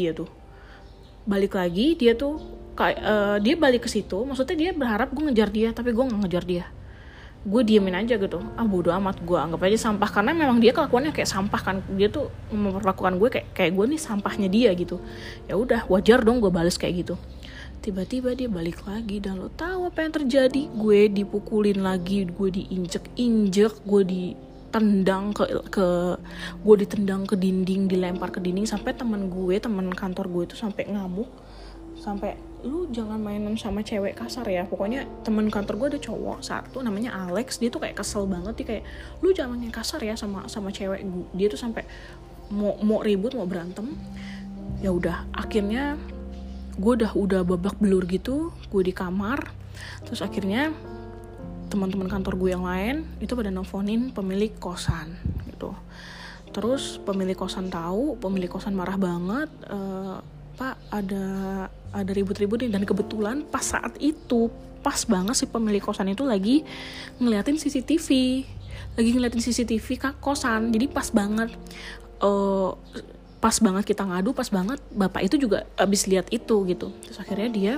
dia tuh kayak dia balik ke situ. Maksudnya dia berharap gue ngejar dia, tapi gue nggak ngejar dia. Gue diemin aja gitu. Bodo amat, gue anggap aja sampah, karena memang dia kelakuannya kayak sampah kan. Dia tuh memperlakukan gue kayak gue nih sampahnya dia gitu. Ya udah, wajar dong gue bales kayak gitu. Tiba-tiba dia balik lagi, dan lo tahu apa yang terjadi? Gue dipukulin lagi, gue diinjek-injek, gue ditendang ke dinding, dilempar ke dinding, sampai teman kantor gue itu sampai ngamuk, sampai lu jangan mainan sama cewek kasar ya. Pokoknya teman kantor gue ada cowok satu namanya Alex, dia tuh kayak kesel banget, dia kayak lu jangan main kasar ya sama cewek gue. Dia tuh sampai mau ribut, mau berantem. Ya udah, akhirnya gue udah babak belur gitu, gue di kamar. Terus akhirnya teman-teman kantor gue yang lain itu pada nelfonin pemilik kosan gitu. Terus pemilik kosan tahu, pemilik kosan marah banget, Pak ada ribut-ribut nih. Dan kebetulan pas saat itu pas banget si pemilik kosan itu lagi ngeliatin CCTV kosan. Jadi pas banget kita ngadu, pas banget bapak itu juga abis lihat itu gitu. Terus akhirnya dia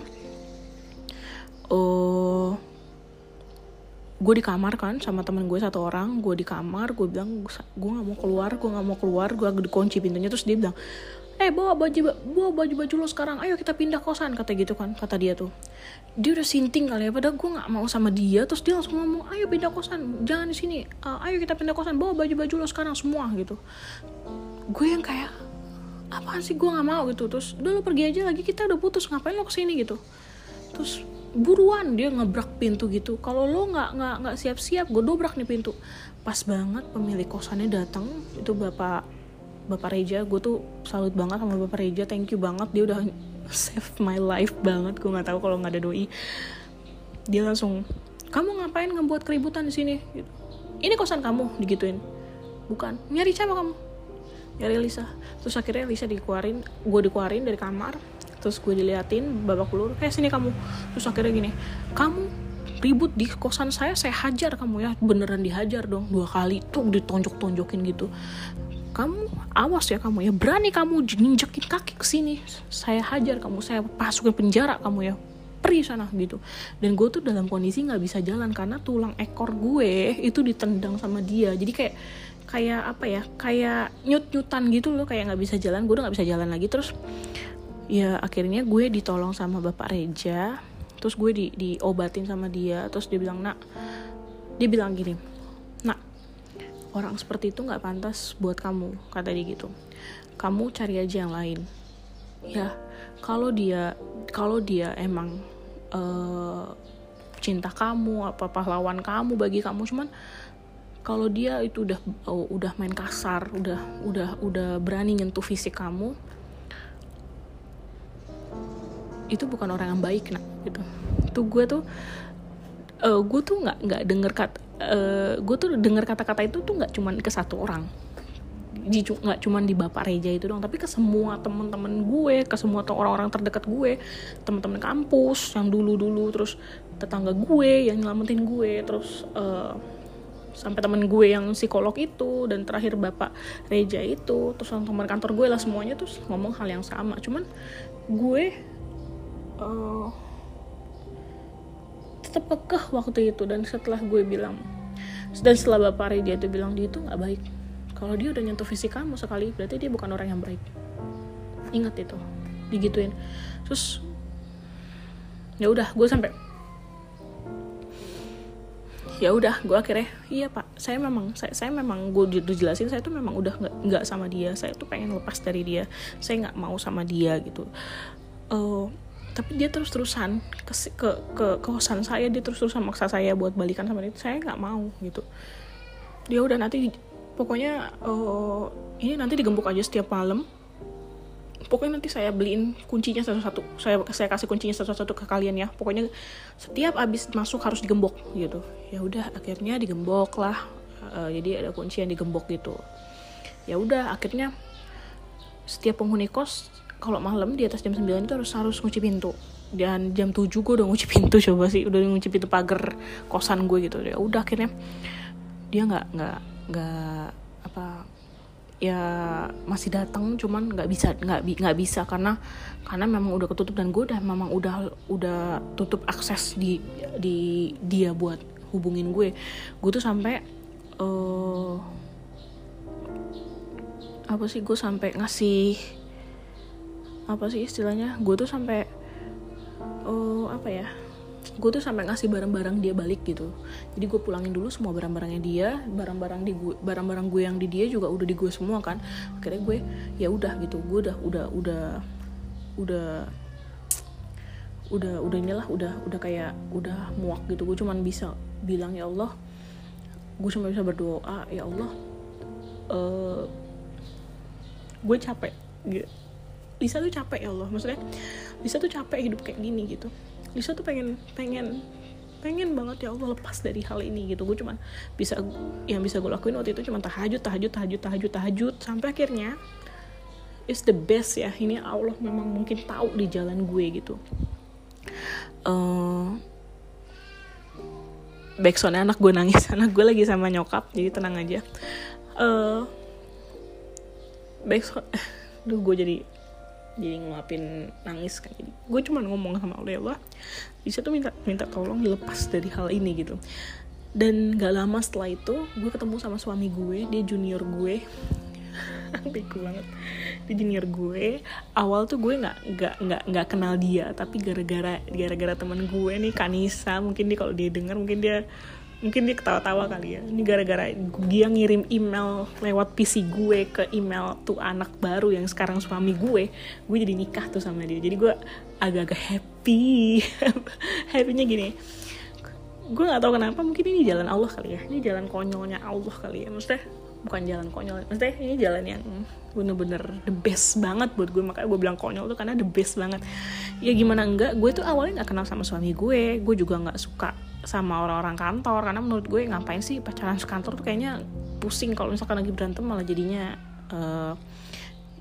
gue di kamar kan sama temen gue satu orang. Gue di kamar, gue bilang gue nggak mau keluar, gue dikunci pintunya. Terus dia bilang, bawa baju lo sekarang, ayo kita pindah kosan, kata gitu kan, kata dia tuh. Dia udah sinting kali ya, padahal gue nggak mau sama dia. Terus dia langsung ngomong, ayo pindah kosan, jangan di sini, ayo kita pindah kosan, bawa baju lo sekarang semua gitu. Gue yang kayak, apaan sih, gue nggak mau gitu. Terus udah lo pergi aja lagi, kita udah putus, ngapain lo kesini gitu. Terus buruan dia ngebrak pintu gitu. Kalau lo nggak siap-siap, gue dobrak nih pintu. Pas banget pemilik kosannya datang, itu Bapak Reja. Gue tuh salut banget sama Bapak Reja, thank you banget, dia udah save my life banget. Gue nggak tahu kalau nggak ada doi. Dia langsung, kamu ngapain ngebuat keributan di sini? Gitu. Ini kosan kamu, digituin. Bukan, nyari siapa kamu? Nyari Lisa. Terus akhirnya Lisa gue dikeluarin dari kamar. Terus gue diliatin babak belur, sini kamu. Terus akhirnya gini, kamu ribut di kosan saya hajar kamu ya. Beneran dihajar dong 2 kali tuh, ditonjok-tonjokin gitu. Kamu awas ya kamu ya, berani kamu nginjekin kaki ke sini, saya hajar kamu, saya masukin penjara kamu ya, pergi sana gitu. Dan gue tuh dalam kondisi nggak bisa jalan karena tulang ekor gue itu ditendang sama dia. Jadi kayak apa ya, kayak nyut-nyutan gitu loh, kayak nggak bisa jalan. Gue udah nggak bisa jalan lagi. Terus ya akhirnya gue ditolong sama Bapak Reja. Terus gue diobatin sama dia. Terus dia bilang gini, nak, orang seperti itu nggak pantas buat kamu, kata dia gitu. Kamu cari aja yang lain. Ya, kalau dia emang cinta kamu, apa pahlawan kamu bagi kamu, cuman kalau dia itu udah main kasar, udah berani nyentuh fisik kamu, itu bukan orang yang baik, nak, gitu. Itu gue tuh nggak denger gue tuh denger kata-kata itu tuh nggak cuman ke satu orang, nggak cuman di Bapak Reja itu doang, tapi ke semua teman-teman gue, ke semua orang-orang terdekat gue, teman-teman kampus yang dulu, terus tetangga gue yang nyelamatin gue, terus sampai teman gue yang psikolog itu, dan terakhir Bapak Reja itu, terus teman kantor gue lah, semuanya tuh ngomong hal yang sama. Cuman gue tetap kekeh waktu itu. Dan setelah Bapak Reja itu bilang dia itu nggak baik, kalau dia udah nyentuh fisik kamu sekali, berarti dia bukan orang yang baik. Ingat itu, digituin. Terus ya udah, gue sampai ya udah, gue akhirnya iya pak, saya memang gue dijelasin, saya tuh memang udah nggak sama dia, saya tuh pengen lepas dari dia, saya nggak mau sama dia gitu. Tapi dia terus-terusan ke kosan saya, dia terus-terusan maksa saya buat balikan sama dia. Saya nggak mau gitu. Dia udah nanti pokoknya ini nanti digembok aja setiap malam. Pokoknya nanti saya beliin kuncinya satu-satu. Saya kasih kuncinya satu-satu ke kalian ya. Pokoknya setiap abis masuk harus digembok gitu. Ya udah, akhirnya digembok lah. Jadi ada kunci yang digembok gitu. Ya udah, akhirnya setiap penghuni kos kalau malam di atas jam 9 itu harus ngunci pintu. Dan jam 7 gue udah ngunci pintu, coba sih, udah ngunci pintu pagar kosan gue gitu. Ya udah, akhirnya dia nggak apa ya, masih datang, cuman nggak bisa karena memang udah ketutup, dan gue memang udah tutup akses di dia buat hubungin gue tuh sampai gue sampai ngasih apa sih istilahnya, gue tuh sampai gue tuh sampai ngasih barang-barang dia balik gitu. Jadi gue pulangin dulu semua barang-barangnya dia, barang-barang gue yang di dia juga udah di gue semua kan. Akhirnya gue ya udah gitu, gue udah kayak udah muak gitu. Gue cuman bisa bilang, ya Allah, gue cuma bisa berdoa, ya Allah, gue capek gitu. Lisa tuh capek, ya Allah, maksudnya Lisa tuh capek hidup kayak gini gitu. Lisa tuh pengen banget, ya Allah, lepas dari hal ini gitu. Gue cuman bisa gue lakuin waktu itu cuma tahajud sampai akhirnya it's the best ya. Ini Allah memang mungkin tahu di jalan gue gitu. Backsoundnya anak gue nangis, anak gue lagi sama nyokap, jadi tenang aja. Backsound, gue jadi ngelapin nangis kan. Jadi gue cuma ngomong sama Allah, ya Allah, Lisa tuh minta tolong dilepas dari hal ini gitu. Dan gak lama setelah itu gue ketemu sama suami gue, dia junior gue. Bego banget, dia junior gue. Awal tuh gue nggak kenal dia, tapi gara-gara teman gue nih, Kanisa, mungkin dia kalau dia dengar mungkin dia ketawa-tawa kali ya. Ini gara-gara dia ngirim email lewat PC gue ke email tuh anak baru yang sekarang suami gue jadi nikah tuh sama dia. Jadi gue agak-agak happy. Happy-nya gini, gue nggak tahu kenapa, mungkin ini jalan Allah kali ya, ini jalan konyolnya Allah kali ya. Maksudnya bukan jalan konyol, maksudnya ini jalan yang bener-bener the best banget buat gue. Makanya gue bilang konyol tuh karena the best banget. Ya gimana enggak, gue tuh awalnya nggak kenal sama suami gue juga nggak suka sama orang-orang kantor, karena menurut gue ngapain sih pacaran sekantor tuh, kayaknya pusing kalau misalkan lagi berantem malah jadinya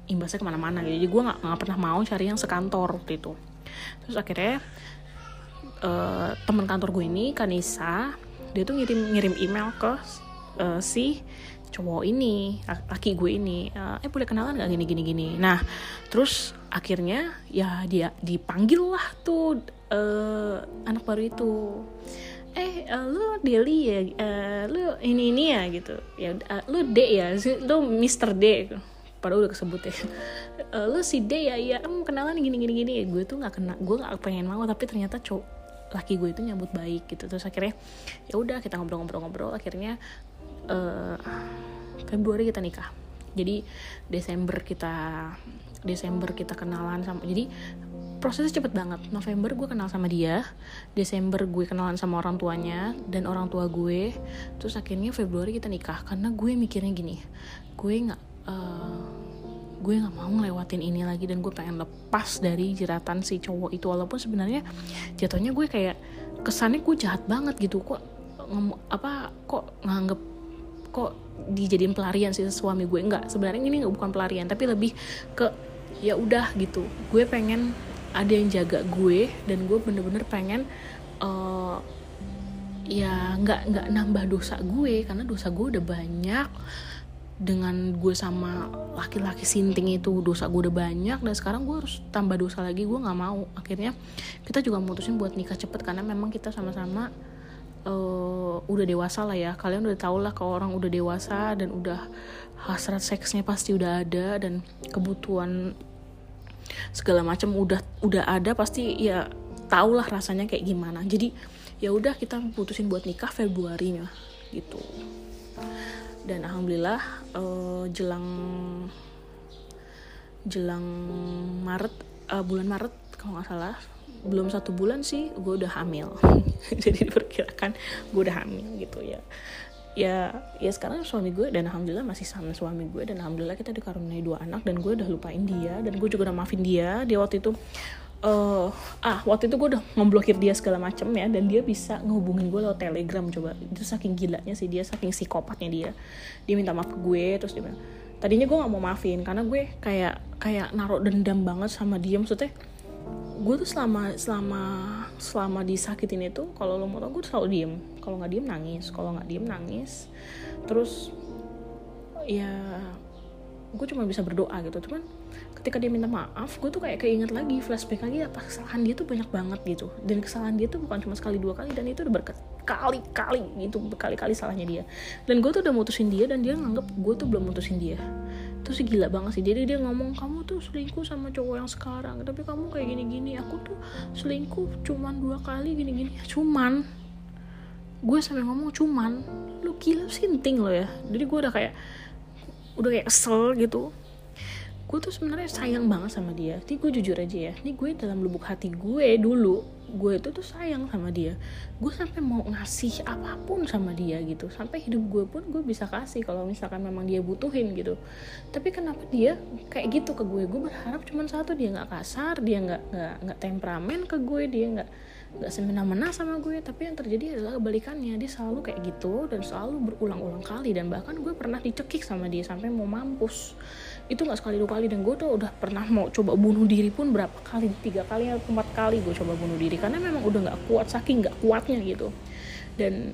imbasnya kemana-mana gitu. Jadi gue nggak pernah mau cari yang sekantor waktu itu. Terus akhirnya teman kantor gue ini Kanisa, dia tuh ngirim email ke si cowok ini, laki gue ini, boleh kenalan nggak gini. Nah terus akhirnya ya dia dipanggil lah tuh anak baru itu, lu Deli ya, lu ini ya gitu, ya lu D ya, lu Mr. D, padahal udah kesebut ya, lu si D ya, kenalan gini. Gue tuh gue nggak pengen mau, tapi ternyata laki gue itu nyambut baik gitu. Terus akhirnya ya udah kita ngobrol, akhirnya Februari kita nikah. Jadi Desember kita kenalan sama, jadi prosesnya cepet banget. November gue kenal sama dia, Desember gue kenalan sama orang tuanya dan orang tua gue, terus akhirnya Februari kita nikah. Karena gue mikirnya gini, gue nggak mau ngelewatin ini lagi, dan gue pengen lepas dari jeratan si cowok itu. Walaupun sebenarnya jatuhnya gue kayak kesannya gue jahat banget gitu, kok nganggep kok dijadiin pelarian sih suami gue. Enggak, sebenarnya ini bukan pelarian, tapi lebih ke ya udah gitu, gue pengen ada yang jaga gue, dan gue bener-bener pengen ya nggak nambah dosa gue, karena dosa gue udah banyak dengan gue sama laki-laki sinting itu. Dosa gue udah banyak dan sekarang gue harus tambah dosa lagi, gue nggak mau. Akhirnya kita juga mutusin buat nikah cepet, karena memang kita sama-sama udah dewasa lah ya. Kalian udah tau lah kalau orang udah dewasa dan udah hasrat seksnya pasti udah ada, dan kebutuhan segala macam udah ada, pasti ya tau lah rasanya kayak gimana. Jadi ya udah kita putusin buat nikah Februari gitu. Dan alhamdulillah jelang Maret, bulan Maret kalau nggak salah, belum 1 bulan sih gue udah hamil. Jadi diperkirakan gue udah hamil gitu ya. Ya sekarang suami gue, dan alhamdulillah masih sama suami gue, dan alhamdulillah kita dikaruniai 2 anak, dan gue udah lupain dia, dan gue juga udah maafin dia. Dia waktu itu waktu itu gue udah ngeblokir dia segala macem ya, dan dia bisa ngehubungin gue lewat Telegram. Coba, itu saking gilanya sih dia, saking psikopatnya dia minta maaf ke gue. Terus dia bilang, tadinya gue nggak mau maafin karena gue kayak naruh dendam banget sama dia. Maksudnya gue tuh selama disakitin itu, kalau lo mau tau, gue tuh selalu diem. Kalau nggak diem nangis, terus ya gue cuma bisa berdoa gitu. Cuman ketika dia minta maaf, gue tuh kayak keinget lagi, flashback lagi, apa kesalahan dia tuh banyak banget gitu. Dan kesalahan dia tuh bukan cuma sekali 2 kali, dan itu udah berkali-kali gitu, berkali-kali salahnya dia. Dan gue tuh udah mutusin dia, dan dia nganggep gue tuh belum mutusin dia. Itu sih gila banget sih. Jadi dia ngomong, kamu tuh selingkuh sama cowok yang sekarang, tapi kamu kayak gini-gini. Aku tuh selingkuh cuman 2 kali gini-gini. Cuman, gue sampai ngomong cuman, lu gila sinting lo ya. Jadi gue udah kayak kesel gitu. Gue tuh sebenarnya sayang banget sama dia. Jadi gue jujur aja ya, ini gue dalam lubuk hati gue dulu, gue itu tuh sayang sama dia. Gue sampai mau ngasih apapun sama dia gitu, sampai hidup gue pun gue bisa kasih kalau misalkan memang dia butuhin gitu. Tapi kenapa dia kayak gitu ke gue? Gue berharap cuma satu, dia nggak kasar, dia nggak temperamen ke gue, dia nggak semena-mena sama gue. Tapi yang terjadi adalah kebalikannya. Dia selalu kayak gitu, dan selalu berulang-ulang kali. Dan bahkan gue pernah dicekik sama dia sampai mau mampus. Itu nggak sekali 2 kali, dan gue tuh udah pernah mau coba bunuh diri pun berapa kali, 3 kali atau 4 kali gue coba bunuh diri, karena memang udah nggak kuat, saking nggak kuatnya gitu. Dan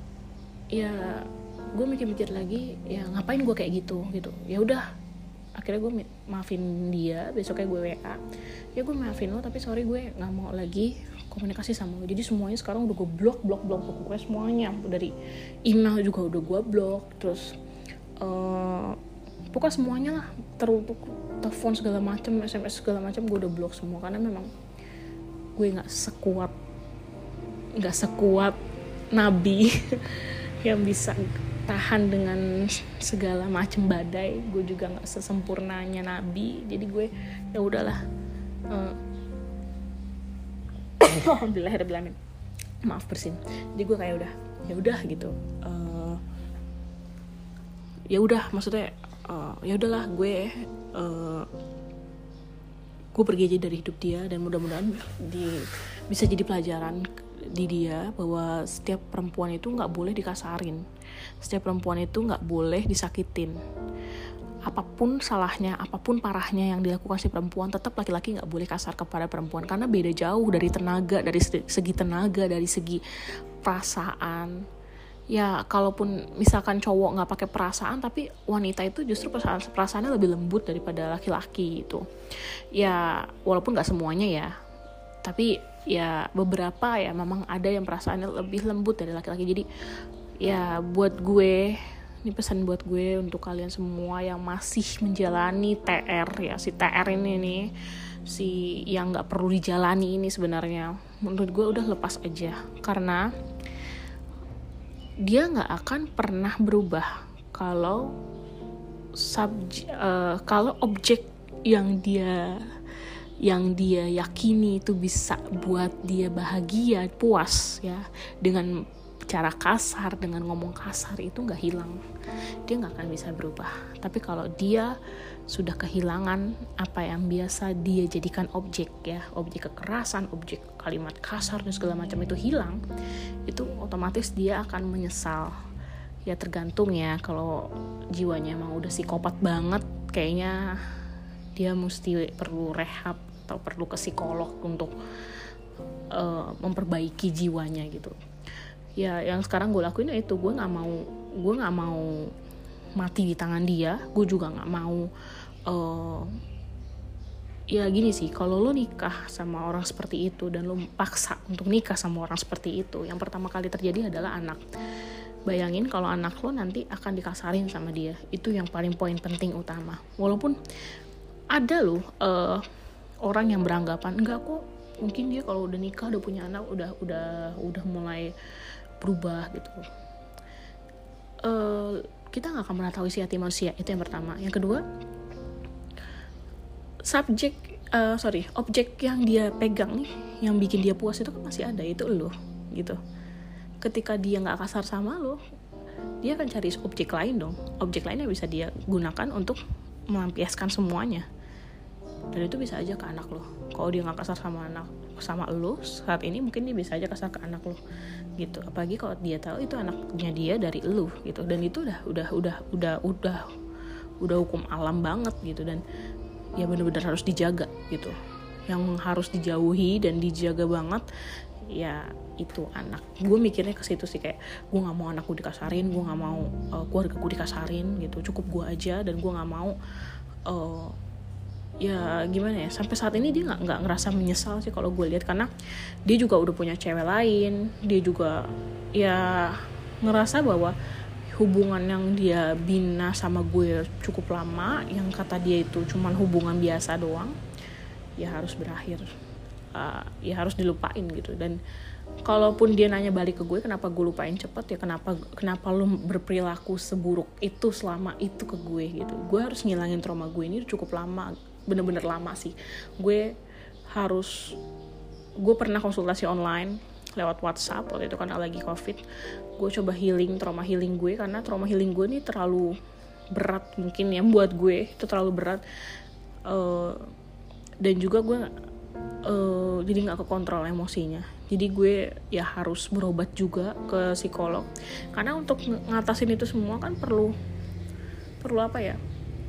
ya gue mikir-mikir lagi, ya ngapain gue kayak gitu. Ya udah, akhirnya gue maafin dia. Besoknya gue WA, ya gue maafin lo, tapi sorry gue nggak mau lagi komunikasi sama lo. Jadi semuanya sekarang udah gue blok pokoknya semuanya, dari email juga udah gue blok, terus pokoknya semuanya lah, telepon segala macam, SMS segala macam, gue udah blok semua. Karena memang gue nggak sekuat Nabi yang bisa tahan dengan segala macam badai. Gue juga nggak sesempurnanya Nabi. Jadi gue ya udahlah, alhamdulillahirobbilalamin, maaf bersin. Jadi gue kayak ya udah gitu, ya udah, maksudnya ya udahlah, gue pergi aja dari hidup dia. Dan mudah-mudahan bisa jadi pelajaran di dia, bahwa setiap perempuan itu nggak boleh dikasarin, setiap perempuan itu nggak boleh disakitin. apapun salahnya, apapun parahnya yang dilakukan si perempuan, tetap laki-laki nggak boleh kasar kepada perempuan, karena beda jauh dari tenaga, dari segi tenaga, dari segi perasaan. Ya kalaupun misalkan cowok nggak pakai perasaan, tapi wanita itu justru perasaannya lebih lembut daripada laki-laki gitu. Ya walaupun nggak semuanya ya, tapi ya beberapa ya memang ada yang perasaannya lebih lembut dari laki-laki. Jadi ya buat gue, ini pesan buat gue untuk kalian semua yang masih menjalani TR ya, si TR ini nih, si yang nggak perlu dijalani ini sebenarnya, menurut gue udah lepas aja, karena dia nggak akan pernah berubah kalau kalau objek yang dia yakini itu bisa buat dia bahagia, puas ya, dengan cara kasar, dengan ngomong kasar, itu nggak hilang, dia nggak akan bisa berubah. Tapi kalau dia sudah kehilangan apa yang biasa dia jadikan objek ya, objek kekerasan, objek kalimat kasar dan segala macam itu hilang, itu otomatis dia akan menyesal. Ya tergantung ya, kalau jiwanya emang udah psikopat banget, kayaknya dia mesti perlu rehab atau perlu ke psikolog untuk memperbaiki jiwanya gitu. Ya yang sekarang gue lakuin itu, gue nggak mau mati di tangan dia. Gue juga nggak mau ya gini sih, kalau lo nikah sama orang seperti itu dan lo paksa untuk nikah sama orang seperti itu, yang pertama kali terjadi adalah anak. Bayangin kalau anak lo nanti akan dikasarin sama dia, itu yang paling poin penting utama. Walaupun ada loh orang yang beranggapan enggak kok, mungkin dia kalau udah nikah udah punya anak udah mulai berubah gitu. Kita nggak akan pernah tahu isi hati manusia, itu yang pertama. Yang kedua, objek yang dia pegang nih, yang bikin dia puas itu kan masih ada, itu lo gitu. Ketika dia nggak kasar sama lo, dia akan cari objek lain dong, objek lain yang bisa dia gunakan untuk melampiaskan semuanya. Dan itu bisa aja ke anak lo. Kalau dia nggak kasar sama lo saat ini, mungkin dia bisa aja kasar ke anak lo gitu. Apalagi kalau dia tahu itu anaknya dia dari lo gitu. Dan itu udah hukum alam banget gitu. Dan ya benar-benar harus dijaga gitu. Yang harus dijauhi dan dijaga banget ya itu anak. Gue mikirnya ke situ sih, kayak gue nggak mau anak gue dikasarin, gue nggak mau keluarga gue dikasarin gitu. Cukup gue aja, dan gue nggak mau ya gimana ya, sampai saat ini dia nggak ngerasa menyesal sih kalau gue lihat, karena dia juga udah punya cewek lain. Dia juga ya ngerasa bahwa hubungan yang dia bina sama gue cukup lama, yang kata dia itu cuman hubungan biasa doang, ya harus berakhir, ya harus dilupain gitu. Dan kalaupun dia nanya balik ke gue, kenapa gue lupain cepet ya, kenapa lu berperilaku seburuk itu selama itu ke gue gitu. Gue harus ngilangin trauma gue ini cukup lama, bener-bener lama sih. Gue pernah konsultasi online lewat WhatsApp waktu itu karena lagi COVID. Gue coba trauma healing gue, karena trauma healing gue ini terlalu berat mungkin ya buat gue, itu terlalu berat. Dan juga gue jadi nggak kekontrol emosinya. Jadi gue ya harus berobat juga ke psikolog, karena untuk ngatasin itu semua kan perlu apa ya?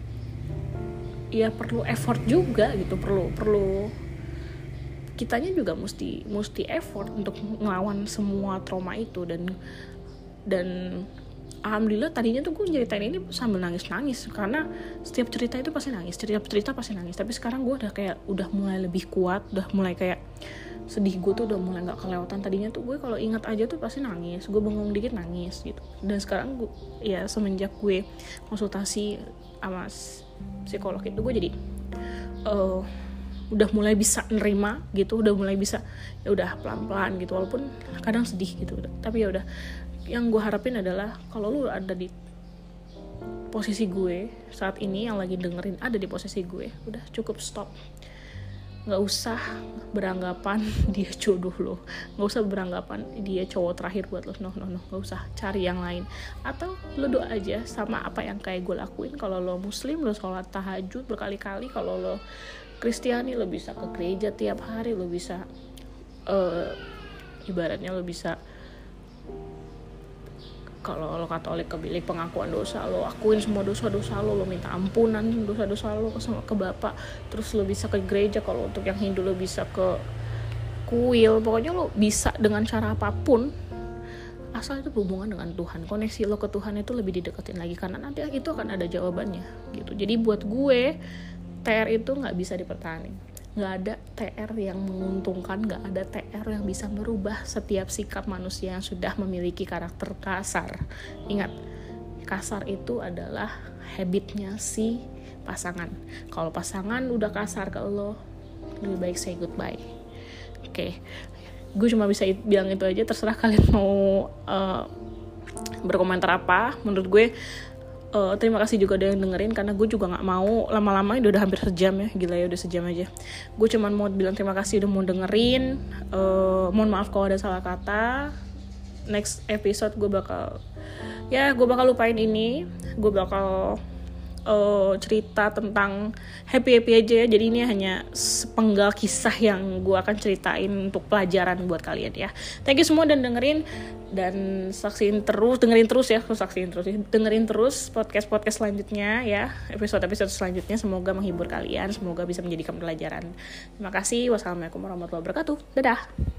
Ya perlu effort juga gitu, perlu kitanya juga mesti effort untuk ngelawan semua trauma itu. Dan alhamdulillah tadinya tuh gue ceritain ini sambil nangis, karena setiap cerita pasti nangis. Tapi sekarang gue udah mulai lebih kuat, udah mulai kayak sedih gue tuh udah mulai nggak kelewatan. Tadinya tuh gue kalau ingat aja tuh pasti nangis, gue bengong dikit nangis gitu. Dan sekarang gue ya semenjak gue konsultasi sama psikolog itu, gue jadi udah mulai bisa nerima gitu, udah mulai bisa ya udah pelan-pelan gitu, walaupun kadang sedih gitu. Tapi ya udah, yang gue harapin adalah kalau lu ada di posisi gue saat ini, yang lagi dengerin ada di posisi gue, udah cukup stop. Nggak usah beranggapan dia jodoh lo, nggak usah beranggapan dia cowok terakhir buat lo, no, nggak usah. Cari yang lain, atau lo doa aja sama apa yang kayak gue lakuin. Kalau lo muslim, lo sholat tahajud berkali-kali. Kalau lo Kristiani, lo bisa ke gereja tiap hari, lo bisa ibaratnya lo bisa Kalau lo Katolik ke bilik pengakuan dosa, lo akuin semua dosa-dosa lo minta ampunan dosa-dosa lo ke Bapa. Terus lo bisa ke gereja. Kalau untuk yang Hindu lo bisa ke kuil. Pokoknya lo bisa dengan cara apapun, asal itu berhubungan dengan Tuhan. Koneksi lo ke Tuhan itu lebih dideketin lagi, karena nanti itu akan ada jawabannya gitu. Jadi buat gue TR itu gak bisa dipertahankan. Gak ada TR yang menguntungkan, gak ada TR yang bisa merubah setiap sikap manusia yang sudah memiliki karakter kasar. Ingat, kasar itu adalah habitnya si pasangan. Kalau pasangan udah kasar ke lo, lebih baik say goodbye. Oke. Gue cuma bisa bilang itu aja, terserah kalian mau berkomentar apa. Menurut gue terima kasih juga udah yang dengerin, karena gue juga gak mau lama-lama, udah hampir sejam ya, gila ya, udah sejam aja. Gue cuma mau bilang terima kasih udah mau dengerin. Mohon maaf kalau ada salah kata. Next episode gue bakal lupain ini. Gue bakal cerita tentang happy aja ya. Jadi ini hanya sepenggal kisah yang gue akan ceritain untuk pelajaran buat kalian ya. Thank you semua dan dengerin, dan dengerin terus podcast selanjutnya ya, episode selanjutnya. Semoga menghibur kalian, semoga bisa menjadikan pelajaran. Terima kasih. Wassalamualaikum warahmatullahi wabarakatuh. Dadah.